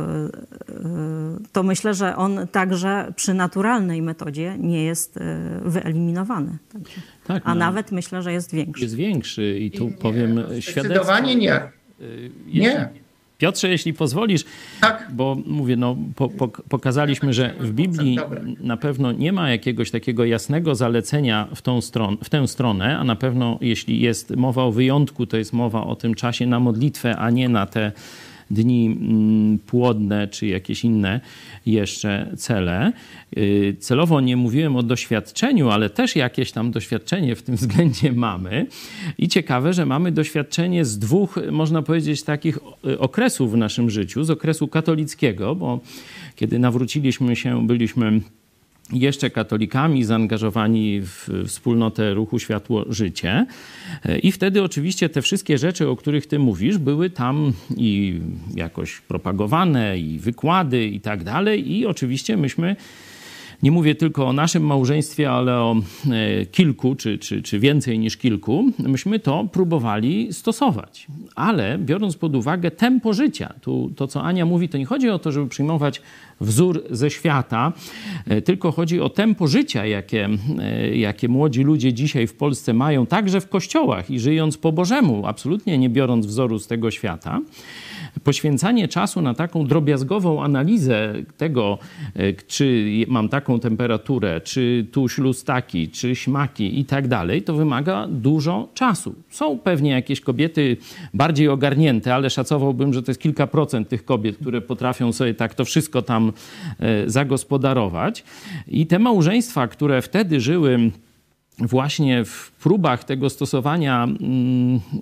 E: to myślę, że on także przy naturalnej metodzie nie jest wyeliminowany. Tak, nawet myślę, że jest większy.
C: Jest większy i tu powiem świadectwo.
B: Zdecydowanie nie. Nie.
C: Piotrze, jeśli pozwolisz,
B: tak.
C: Bo mówię, pokazaliśmy, że w Biblii na pewno nie ma jakiegoś takiego jasnego zalecenia w tę stronę, a na pewno jeśli jest mowa o wyjątku, to jest mowa o tym czasie na modlitwę, a nie na te dni płodne czy jakieś inne jeszcze cele. Celowo nie mówiłem o doświadczeniu, ale też jakieś tam doświadczenie w tym względzie mamy. I ciekawe, że mamy doświadczenie z dwóch, można powiedzieć, takich okresów w naszym życiu. Z okresu katolickiego, bo kiedy nawróciliśmy się, byliśmy jeszcze katolikami zaangażowani w wspólnotę ruchu Światło Życie. I wtedy oczywiście te wszystkie rzeczy, o których ty mówisz, były tam i jakoś propagowane, i wykłady, i tak dalej. I oczywiście myśmy, nie mówię tylko o naszym małżeństwie, ale o kilku, czy więcej niż kilku, myśmy to próbowali stosować. Ale biorąc pod uwagę tempo życia, to co Ania mówi, to nie chodzi o to, żeby przyjmować wzór ze świata, tylko chodzi o tempo życia, jakie młodzi ludzie dzisiaj w Polsce mają, także w kościołach i żyjąc po Bożemu, absolutnie nie biorąc wzoru z tego świata. Poświęcanie czasu na taką drobiazgową analizę tego, czy mam taką temperaturę, czy tu śluz taki, czy śmaki i tak dalej, to wymaga dużo czasu. Są pewnie jakieś kobiety bardziej ogarnięte, ale szacowałbym, że to jest kilka procent tych kobiet, które potrafią sobie tak to wszystko tam zagospodarować. I te małżeństwa, które wtedy żyły właśnie w próbach tego stosowania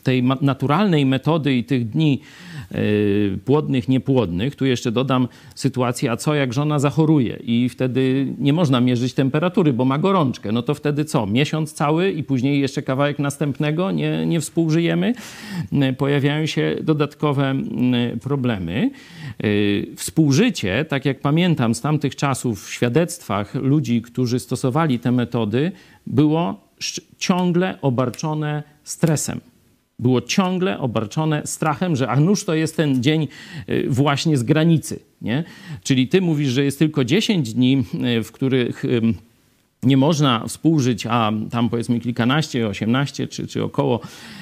C: tej naturalnej metody i tych dni płodnych, niepłodnych, tu jeszcze dodam sytuację, a co jak żona zachoruje i wtedy nie można mierzyć temperatury, bo ma gorączkę, no to wtedy co? Miesiąc cały i później jeszcze kawałek następnego? Nie współżyjemy? Pojawiają się dodatkowe problemy. Współżycie, tak jak pamiętam z tamtych czasów w świadectwach ludzi, którzy stosowali te metody, było ciągle obarczone stresem. Było ciągle obarczone strachem, że a nuż to jest ten dzień właśnie z granicy. Nie? Czyli ty mówisz, że jest tylko 10 dni, w których nie można współżyć, a tam powiedzmy kilkanaście, 18 czy około,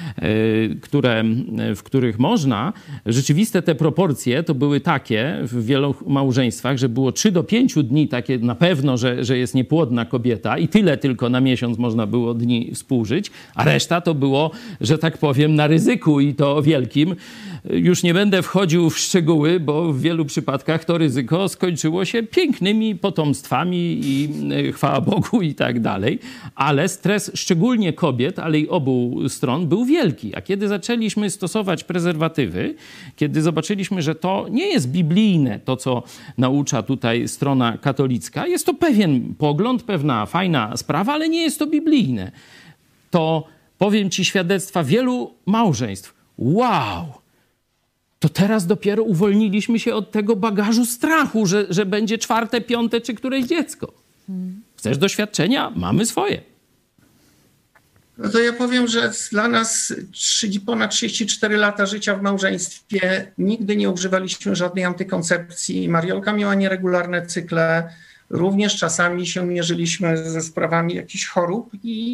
C: w których można. Rzeczywiste te proporcje to były takie w wielu małżeństwach, że było 3 do 5 dni takie na pewno, że jest niepłodna kobieta i tyle tylko na miesiąc można było dni współżyć, a reszta to było, że tak powiem, na ryzyku i to wielkim. Już nie będę wchodził w szczegóły, bo w wielu przypadkach to ryzyko skończyło się pięknymi potomstwami i chwała Bogu i tak dalej. Ale stres szczególnie kobiet, ale i obu stron był wielki. A kiedy zaczęliśmy stosować prezerwatywy, kiedy zobaczyliśmy, że to nie jest biblijne, to co naucza tutaj strona katolicka, jest to pewien pogląd, pewna fajna sprawa, ale nie jest to biblijne. To powiem ci świadectwa wielu małżeństw. Wow! To teraz dopiero uwolniliśmy się od tego bagażu strachu, że będzie 4., 5. czy któreś dziecko. Chcesz doświadczenia? Mamy swoje.
B: No to ja powiem, że dla nas ponad 34 lata życia w małżeństwie nigdy nie używaliśmy żadnej antykoncepcji. Mariolka miała nieregularne cykle. Również czasami się mierzyliśmy ze sprawami jakichś chorób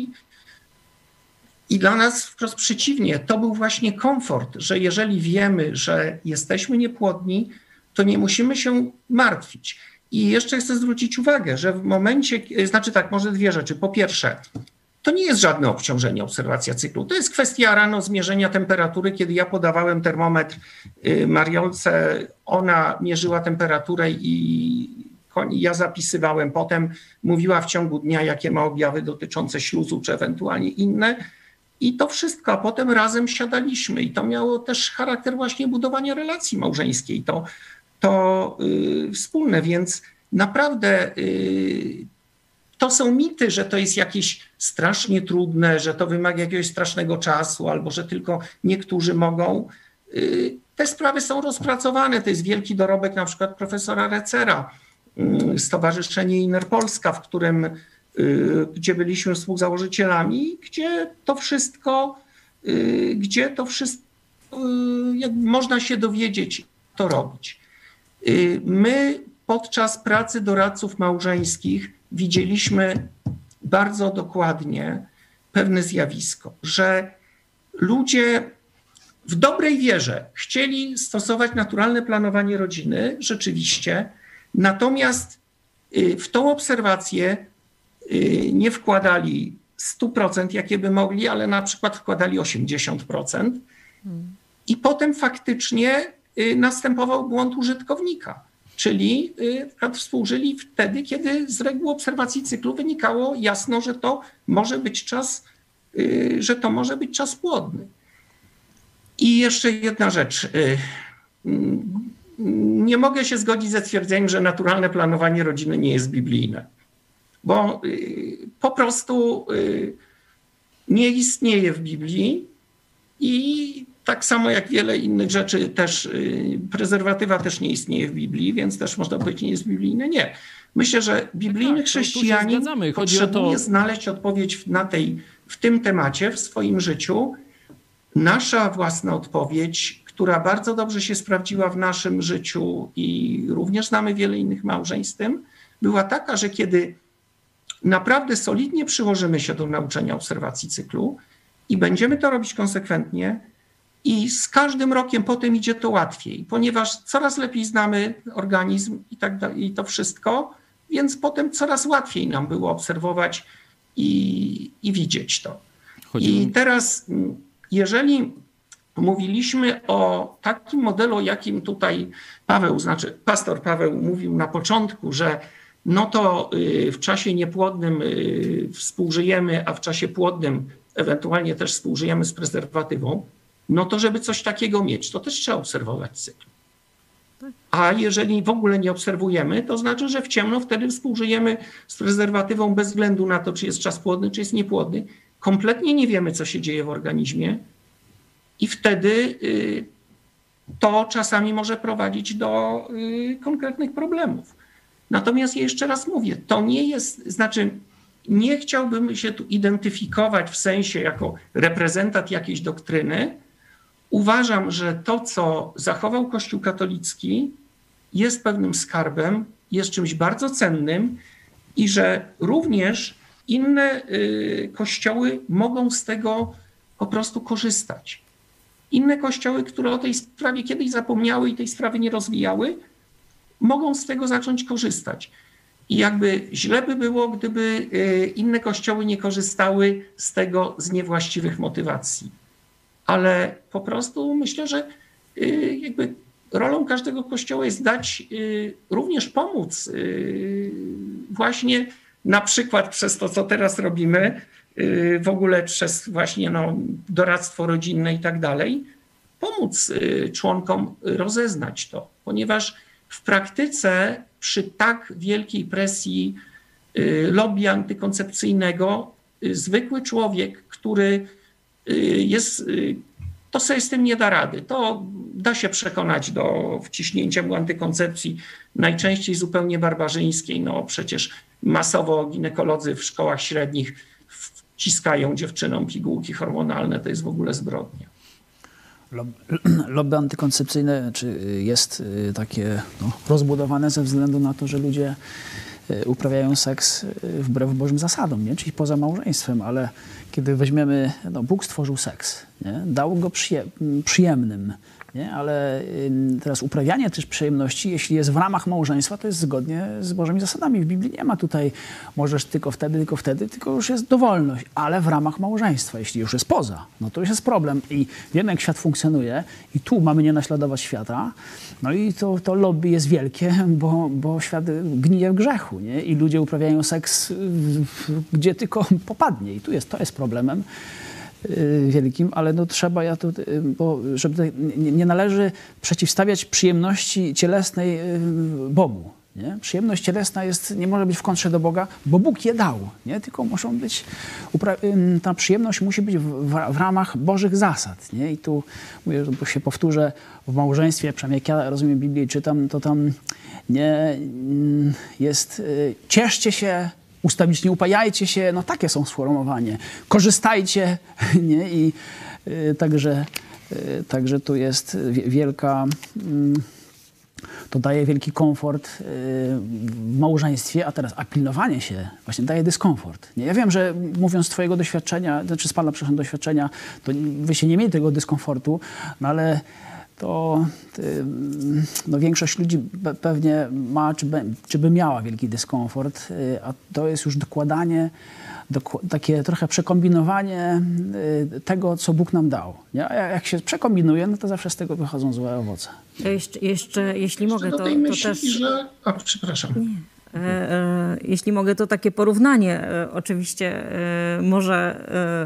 B: i dla nas wprost przeciwnie, to był właśnie komfort, że jeżeli wiemy, że jesteśmy niepłodni, to nie musimy się martwić. I jeszcze chcę zwrócić uwagę, że w momencie, znaczy tak, może dwie rzeczy. Po pierwsze, to nie jest żadne obciążenie obserwacja cyklu. To jest kwestia rano zmierzenia temperatury. Kiedy ja podawałem termometr Mariolce, ona mierzyła temperaturę i ja zapisywałem. Potem mówiła w ciągu dnia, jakie ma objawy dotyczące śluzu, czy ewentualnie inne. I to wszystko, a potem razem siadaliśmy i to miało też charakter właśnie budowania relacji małżeńskiej, to wspólne, więc naprawdę to są mity, że to jest jakieś strasznie trudne, że to wymaga jakiegoś strasznego czasu albo że tylko niektórzy mogą. Te sprawy są rozpracowane, to jest wielki dorobek na przykład profesora Recera, Stowarzyszenie Inner Polska, w którym gdzie byliśmy współzałożycielami, gdzie to wszystko jak można się dowiedzieć, to robić. My podczas pracy doradców małżeńskich widzieliśmy bardzo dokładnie pewne zjawisko, że ludzie w dobrej wierze chcieli stosować naturalne planowanie rodziny, rzeczywiście, natomiast w tą obserwację nie wkładali 100%, jakie by mogli, ale na przykład wkładali 80%. I potem faktycznie następował błąd użytkownika, czyli współżyli wtedy, kiedy z reguły obserwacji cyklu wynikało jasno, że to może być czas płodny. I jeszcze jedna rzecz. Nie mogę się zgodzić ze stwierdzeniem, że naturalne planowanie rodziny nie jest biblijne, bo po prostu nie istnieje w Biblii i tak samo jak wiele innych rzeczy też prezerwatywa też nie istnieje w Biblii, więc też można powiedzieć, nie jest biblijne. Nie. Myślę, że biblijny chrześcijanin potrzebuje znaleźć odpowiedź w tym temacie w swoim życiu. Nasza własna odpowiedź, która bardzo dobrze się sprawdziła w naszym życiu i również znamy wiele innych małżeństw z tym, była taka, że kiedy naprawdę solidnie przyłożymy się do nauczenia obserwacji cyklu i będziemy to robić konsekwentnie i z każdym rokiem potem idzie to łatwiej, ponieważ coraz lepiej znamy organizm i tak dalej, i to wszystko, więc potem coraz łatwiej nam było obserwować i widzieć to. I teraz, jeżeli mówiliśmy o takim modelu, o jakim tutaj pastor Paweł mówił na początku, że no to w czasie niepłodnym współżyjemy, a w czasie płodnym ewentualnie też współżyjemy z prezerwatywą, no to żeby coś takiego mieć, to też trzeba obserwować cykl. A jeżeli w ogóle nie obserwujemy, to znaczy, że w ciemno wtedy współżyjemy z prezerwatywą bez względu na to, czy jest czas płodny, czy jest niepłodny. Kompletnie nie wiemy, co się dzieje w organizmie i wtedy to czasami może prowadzić do konkretnych problemów. Natomiast ja jeszcze raz mówię, to nie jest, znaczy nie chciałbym się tu identyfikować w sensie jako reprezentant jakiejś doktryny. Uważam, że to, co zachował Kościół katolicki, jest pewnym skarbem, jest czymś bardzo cennym i że również inne kościoły mogą z tego po prostu korzystać. Inne kościoły, które o tej sprawie kiedyś zapomniały i tej sprawy nie rozwijały, mogą z tego zacząć korzystać. I jakby źle by było, gdyby inne kościoły nie korzystały z tego z niewłaściwych motywacji. Ale po prostu myślę, że jakby rolą każdego kościoła jest dać, również pomóc właśnie na przykład przez to, co teraz robimy, w ogóle przez właśnie doradztwo rodzinne i tak dalej, pomóc członkom rozeznać to, ponieważ w praktyce przy tak wielkiej presji lobby antykoncepcyjnego zwykły człowiek, który jest, to sobie z tym nie da rady. To da się przekonać do wciśnięcia mu antykoncepcji, najczęściej zupełnie barbarzyńskiej. No przecież masowo ginekolodzy w szkołach średnich wciskają dziewczynom pigułki hormonalne. To jest w ogóle zbrodnia.
D: Lobby antykoncepcyjne jest takie rozbudowane ze względu na to, że ludzie uprawiają seks wbrew Bożym zasadom, nie? Czyli poza małżeństwem, ale kiedy weźmiemy, Bóg stworzył seks, nie? Dał go przyjemnym, nie? Ale teraz uprawianie też przyjemności, jeśli jest w ramach małżeństwa, to jest zgodnie z Bożymi zasadami. W Biblii nie ma tutaj możesz tylko wtedy, tylko już jest dowolność, ale w ramach małżeństwa. Jeśli już jest poza, no to już jest problem i wiemy, jak świat funkcjonuje i tu mamy nie naśladować świata, no i to lobby jest wielkie, bo świat gnije w grzechu, nie? I ludzie uprawiają seks gdzie tylko popadnie i to jest problemem wielkim, ale trzeba, bo żeby nie należy przeciwstawiać przyjemności cielesnej Bogu. Nie? Przyjemność cielesna nie może być w kontrze do Boga, bo Bóg je dał, nie? Tylko muszą być, ta przyjemność musi być w ramach Bożych zasad. Nie? I tu mówię, bo się powtórzę, w małżeństwie, przynajmniej jak ja rozumiem Biblię i czytam, to tam nie jest cieszcie się, ustawicznie upajajcie się, takie są sformułowanie. Korzystajcie, nie? I także tu jest wielka, to daje wielki komfort w małżeństwie, a teraz pilnowanie się właśnie daje dyskomfort. Nie? Ja wiem, że mówiąc z twojego doświadczenia, znaczy z pana doświadczenia, to wy się nie mieli tego dyskomfortu, ale to większość ludzi pewnie ma, czy by miała wielki dyskomfort, a to jest już dokładanie, takie trochę przekombinowanie tego, co Bóg nam dał. Nie? A jak się przekombinuje, no to zawsze z tego wychodzą złe owoce.
E: Jeszcze jeśli mogę, to też...
B: Przepraszam.
E: Jeśli mogę, to takie porównanie. Oczywiście może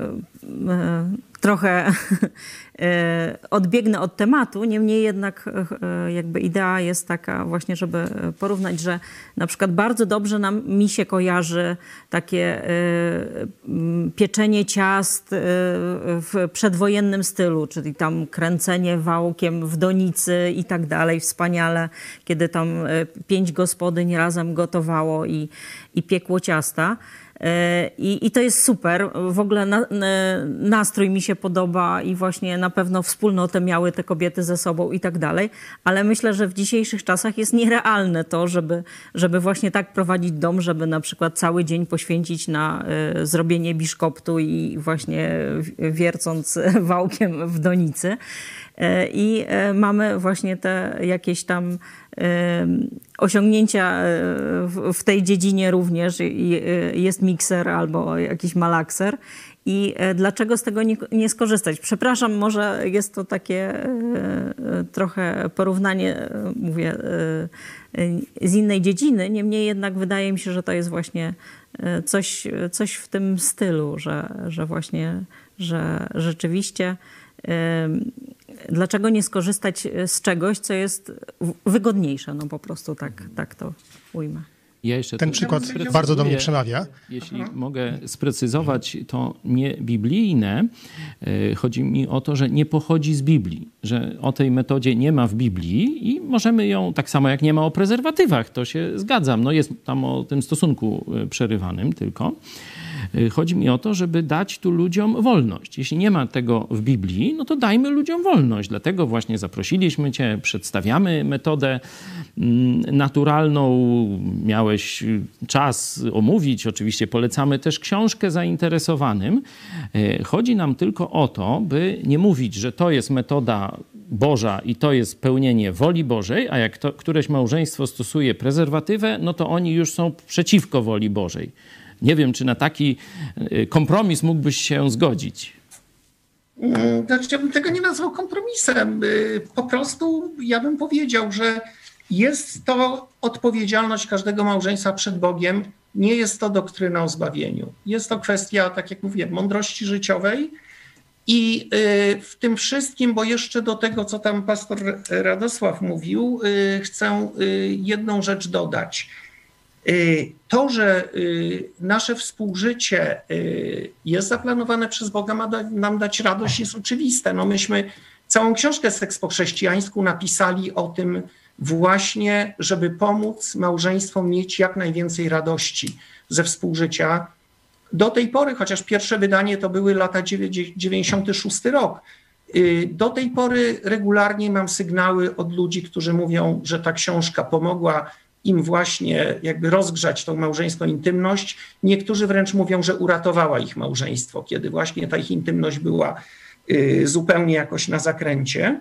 E: trochę odbiegnę od tematu, niemniej jednak jakby idea jest taka właśnie, żeby porównać, że na przykład bardzo dobrze mi się kojarzy takie pieczenie ciast w przedwojennym stylu, czyli tam kręcenie wałkiem w donicy i tak dalej, wspaniale, kiedy tam 5 gospodyń razem gotowało i piekło ciasta. I to jest super. W ogóle nastrój mi się podoba i właśnie na pewno wspólnotę miały te kobiety ze sobą i tak dalej. Ale myślę, że w dzisiejszych czasach jest nierealne to, żeby właśnie tak prowadzić dom, żeby na przykład cały dzień poświęcić na zrobienie biszkoptu i właśnie wiercąc wałkiem w donicy. I mamy właśnie te jakieś tam osiągnięcia w tej dziedzinie również. Jest mikser albo jakiś malakser. I dlaczego z tego nie skorzystać? Przepraszam, może jest to takie trochę porównanie, mówię, z innej dziedziny. Niemniej jednak wydaje mi się, że to jest właśnie coś w tym stylu, że właśnie, że rzeczywiście dlaczego nie skorzystać z czegoś, co jest wygodniejsze, no po prostu tak to ujmę.
C: Ja jeszcze
A: Ten przykład bardzo do mnie przemawia.
C: Jeśli mogę sprecyzować, to nie biblijne. Chodzi mi o to, że nie pochodzi z Biblii, że o tej metodzie nie ma w Biblii i możemy ją, tak samo jak nie ma o prezerwatywach, to się zgadzam. No jest tam o tym stosunku przerywanym tylko. Chodzi mi o to, żeby dać tu ludziom wolność. Jeśli nie ma tego w Biblii, no to dajmy ludziom wolność. Dlatego właśnie zaprosiliśmy cię, przedstawiamy metodę naturalną. Miałeś czas omówić. Oczywiście polecamy też książkę zainteresowanym. Chodzi nam tylko o to, by nie mówić, że to jest metoda Boża i to jest pełnienie woli Bożej, a jak któreś małżeństwo stosuje prezerwatywę, no to oni już są przeciwko woli Bożej. Nie wiem, czy na taki kompromis mógłbyś się zgodzić.
B: Znaczy, ja bym tego nie nazwał kompromisem. Po prostu ja bym powiedział, że jest to odpowiedzialność każdego małżeństwa przed Bogiem. Nie jest to doktryna o zbawieniu. Jest to kwestia, tak jak mówiłem, mądrości życiowej. I w tym wszystkim, bo jeszcze do tego, co tam pastor Radosław mówił, chcę jedną rzecz dodać. To, że nasze współżycie jest zaplanowane przez Boga, ma nam dać radość, jest oczywiste. No myśmy całą książkę Seks po chrześcijańsku napisali o tym właśnie, żeby pomóc małżeństwom mieć jak najwięcej radości ze współżycia. Do tej pory, chociaż pierwsze wydanie to były lata 96 rok, do tej pory regularnie mam sygnały od ludzi, którzy mówią, że ta książka pomogła im właśnie jakby rozgrzać tą małżeńską intymność. Niektórzy wręcz mówią, że uratowała ich małżeństwo, kiedy właśnie ta ich intymność była zupełnie jakoś na zakręcie.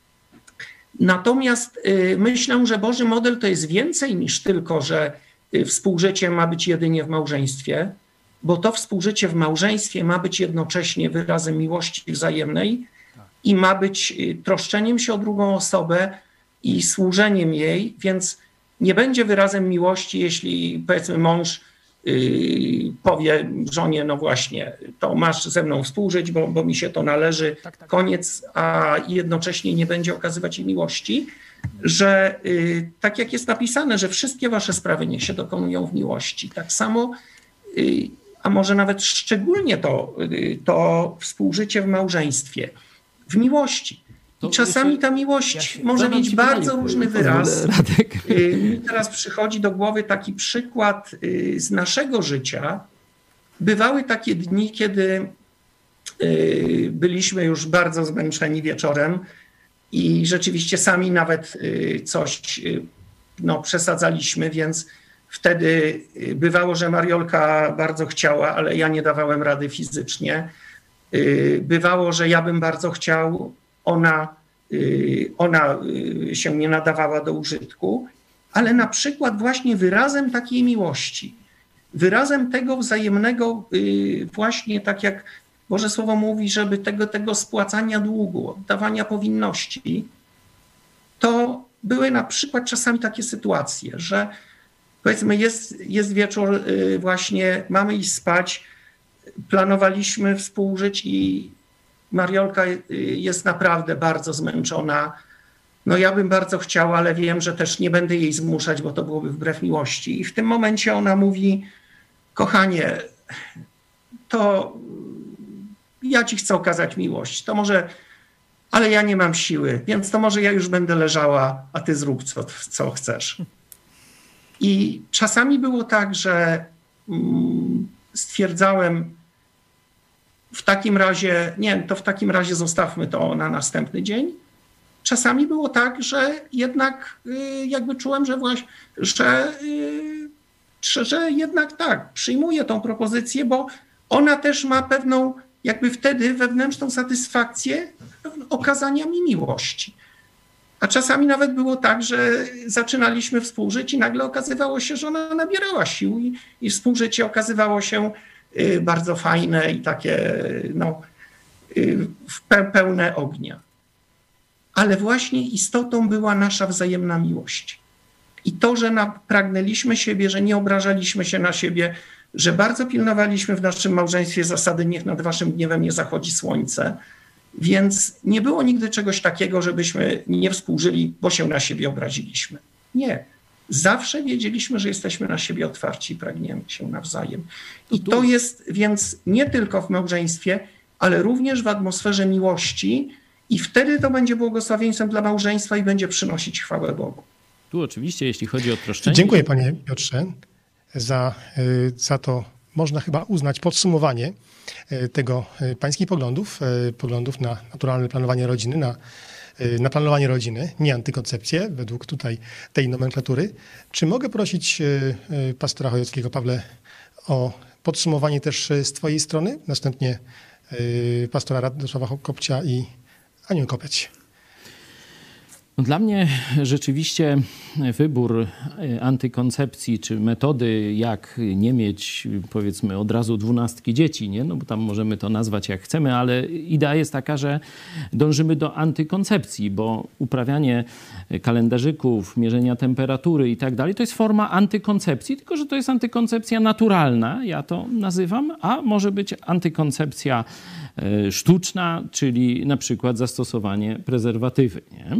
B: Natomiast myślę, że Boży model to jest więcej niż tylko, że współżycie ma być jedynie w małżeństwie, bo to współżycie w małżeństwie ma być jednocześnie wyrazem miłości wzajemnej i ma być troszczeniem się o drugą osobę i służeniem jej, więc nie będzie wyrazem miłości, jeśli powiedzmy mąż powie żonie, no właśnie, to masz ze mną współżyć, bo mi się to należy, koniec, a jednocześnie nie będzie okazywać jej miłości, że tak jak jest napisane, że wszystkie wasze sprawy niech się dokonują w miłości. Tak samo, a może nawet szczególnie to współżycie w małżeństwie, w miłości. I czasami ta miłość może mieć bardzo różny wyraz. Mi teraz przychodzi do głowy taki przykład z naszego życia. Bywały takie dni, kiedy byliśmy już bardzo zmęczeni wieczorem i rzeczywiście sami nawet coś przesadzaliśmy, więc wtedy bywało, że Mariolka bardzo chciała, ale ja nie dawałem rady fizycznie. Bywało, że ja bym bardzo chciał, ona się nie nadawała do użytku, ale na przykład właśnie wyrazem takiej miłości, wyrazem tego wzajemnego właśnie tak jak Boże Słowo mówi, żeby tego spłacania długu, oddawania powinności, to były na przykład czasami takie sytuacje, że powiedzmy jest wieczór właśnie, mamy iść spać, planowaliśmy współżyć i Mariolka jest naprawdę bardzo zmęczona. No ja bym bardzo chciała, ale wiem, że też nie będę jej zmuszać, bo to byłoby wbrew miłości. I w tym momencie ona mówi, kochanie, to ja ci chcę okazać miłość. To może, ale ja nie mam siły, więc to może ja już będę leżała, a ty zrób co chcesz. I czasami było tak, że stwierdzałem, w takim razie, w takim razie zostawmy to na następny dzień. Czasami było tak, że jednak jakby czułem, że jednak tak, przyjmuję tą propozycję, bo ona też ma pewną jakby wtedy wewnętrzną satysfakcję okazania mi miłości. A czasami nawet było tak, że zaczynaliśmy współżyć i nagle okazywało się, że ona nabierała sił i współżycie okazywało się bardzo fajne i takie pełne ognia. Ale właśnie istotą była nasza wzajemna miłość. I to, że pragnęliśmy siebie, że nie obrażaliśmy się na siebie, że bardzo pilnowaliśmy w naszym małżeństwie zasady niech nad waszym gniewem nie zachodzi słońce, więc nie było nigdy czegoś takiego, żebyśmy nie współżyli, bo się na siebie obraziliśmy. Nie. Zawsze wiedzieliśmy, że jesteśmy na siebie otwarci i pragniemy się nawzajem. I to jest więc nie tylko w małżeństwie, ale również w atmosferze miłości i wtedy to będzie błogosławieństwem dla małżeństwa i będzie przynosić chwałę Bogu.
C: Tu oczywiście, jeśli chodzi o troszczenie...
A: Dziękuję panie Piotrze za to, można chyba uznać, podsumowanie tego pańskich poglądów na naturalne planowanie rodziny, na planowanie rodziny, nie antykoncepcję, według tutaj tej nomenklatury. Czy mogę prosić pastora Chojeckiego, Pawle, o podsumowanie też z twojej strony? Następnie pastora Radosława Kopcia i Anię Kopeć.
C: Dla mnie rzeczywiście wybór antykoncepcji, czy metody, jak nie mieć, powiedzmy, od razu 12 dzieci, nie? No bo tam możemy to nazwać jak chcemy, ale idea jest taka, że dążymy do antykoncepcji, bo uprawianie kalendarzyków, mierzenia temperatury i tak dalej, to jest forma antykoncepcji, tylko że to jest antykoncepcja naturalna, ja to nazywam, a może być antykoncepcja sztuczna, czyli na przykład zastosowanie prezerwatywy, nie?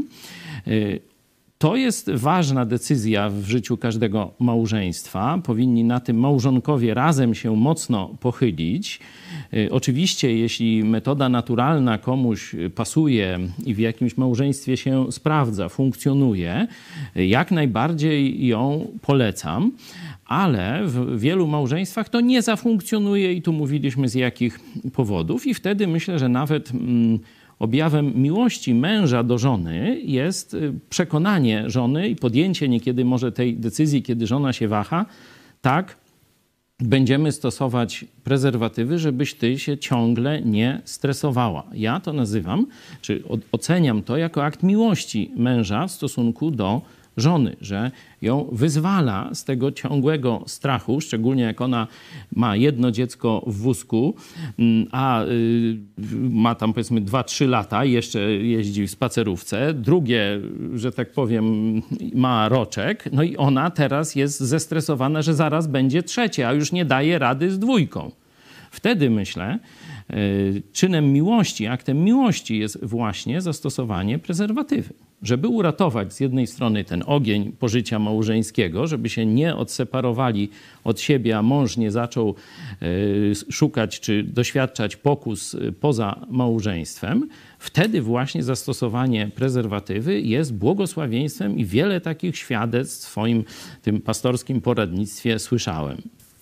C: To jest ważna decyzja w życiu każdego małżeństwa. Powinni na tym małżonkowie razem się mocno pochylić. Oczywiście, jeśli metoda naturalna komuś pasuje i w jakimś małżeństwie się sprawdza, funkcjonuje, jak najbardziej ją polecam. Ale w wielu małżeństwach to nie zafunkcjonuje i tu mówiliśmy z jakich powodów. I wtedy myślę, że nawet objawem miłości męża do żony jest przekonanie żony i podjęcie niekiedy może tej decyzji, kiedy żona się waha, tak, będziemy stosować prezerwatywy, żebyś ty się ciągle nie stresowała. Ja to nazywam, czy oceniam to jako akt miłości męża w stosunku do żony, że ją wyzwala z tego ciągłego strachu, szczególnie jak ona ma jedno dziecko w wózku, a ma tam powiedzmy 2-3 lata i jeszcze jeździ w spacerówce, drugie, że tak powiem, ma roczek, no i ona teraz jest zestresowana, że zaraz będzie trzecie, a już nie daje rady z dwójką. Wtedy myślę, czynem miłości, aktem miłości jest właśnie zastosowanie prezerwatywy. Żeby uratować z jednej strony ten ogień pożycia małżeńskiego, żeby się nie odseparowali od siebie, a mąż nie zaczął szukać czy doświadczać pokus poza małżeństwem, wtedy właśnie zastosowanie prezerwatywy jest błogosławieństwem i wiele takich świadectw w swoim tym pastorskim poradnictwie słyszałem.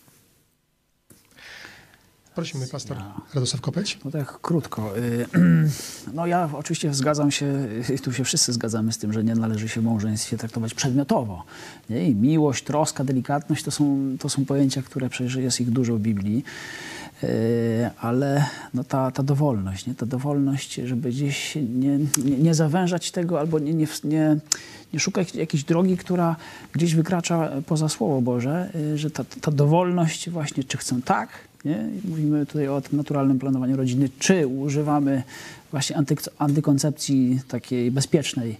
A: Prosimy, pastor Radosław Kopeć.
D: No tak krótko. No ja oczywiście zgadzam się, tu się wszyscy zgadzamy z tym, że nie należy się w małżeństwie traktować przedmiotowo. Nie? I miłość, troska, delikatność to są pojęcia, które przecież jest ich dużo w Biblii. Ale no ta dowolność, nie? Ta dowolność, żeby gdzieś nie zawężać tego albo nie szukać jakiejś drogi, która gdzieś wykracza poza Słowo Boże, że ta dowolność właśnie, czy chcę tak, nie? Mówimy tutaj o tym naturalnym planowaniu rodziny, czy używamy właśnie antykoncepcji takiej bezpiecznej,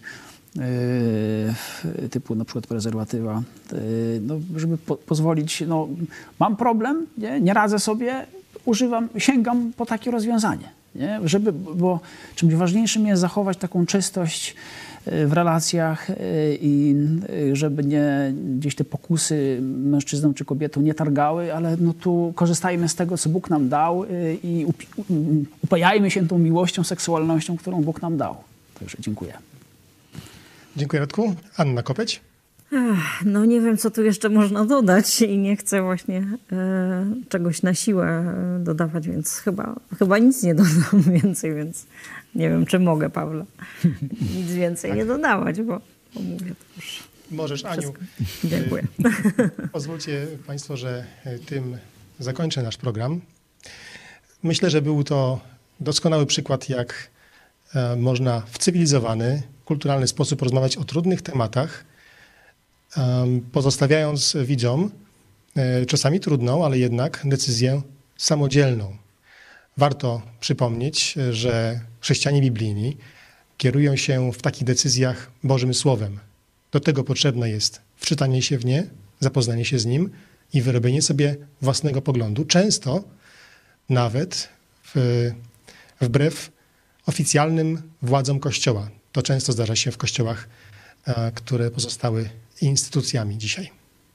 D: typu na przykład prezerwatywa, no, żeby pozwolić, no, mam problem, nie radzę sobie, sięgam po takie rozwiązanie. Nie? Bo czymś ważniejszym jest zachować taką czystość w relacjach i żeby gdzieś te pokusy mężczyzną czy kobietą nie targały, ale no tu korzystajmy z tego, co Bóg nam dał i upajajmy się tą miłością, seksualnością, którą Bóg nam dał. Także dziękuję.
A: Dziękuję, Radku. Anna Kopeć.
E: No nie wiem, co tu jeszcze można dodać i nie chcę właśnie czegoś na siłę dodawać, więc chyba nic nie dodam więcej, więc nie wiem, czy mogę, Pawle, nic więcej nie dodawać, bo mówię to już.
A: Możesz, Aniu.
E: Wszystko. Dziękuję.
A: Pozwólcie Państwo, że tym zakończę nasz program. Myślę, że był to doskonały przykład, jak można w cywilizowany, kulturalny sposób rozmawiać o trudnych tematach, pozostawiając widzom czasami trudną, ale jednak decyzję samodzielną. Warto przypomnieć, że chrześcijanie biblijni kierują się w takich decyzjach Bożym Słowem. Do tego potrzebne jest wczytanie się w nie, zapoznanie się z nim i wyrobienie sobie własnego poglądu, często nawet wbrew oficjalnym władzom Kościoła. To często zdarza się w kościołach, które pozostały instytucjami dzisiaj.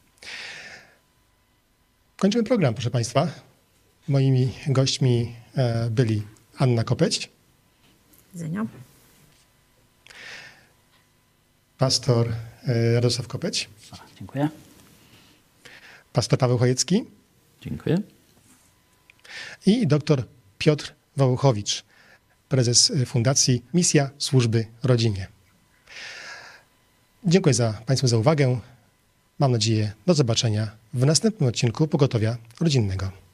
A: Kończymy program, proszę Państwa. Moimi gośćmi byli Anna Kopeć,
E: Widzenia.
A: pastor Radosław Kopeć,
D: Dziękuję.
A: pastor Paweł Chojecki
C: Dziękuję.
A: i dr Piotr Wałłuchowicz, prezes Fundacji Misja Służby Rodzinie. Dziękuję Państwu za uwagę. Mam nadzieję, do zobaczenia w następnym odcinku Pogotowia Rodzinnego.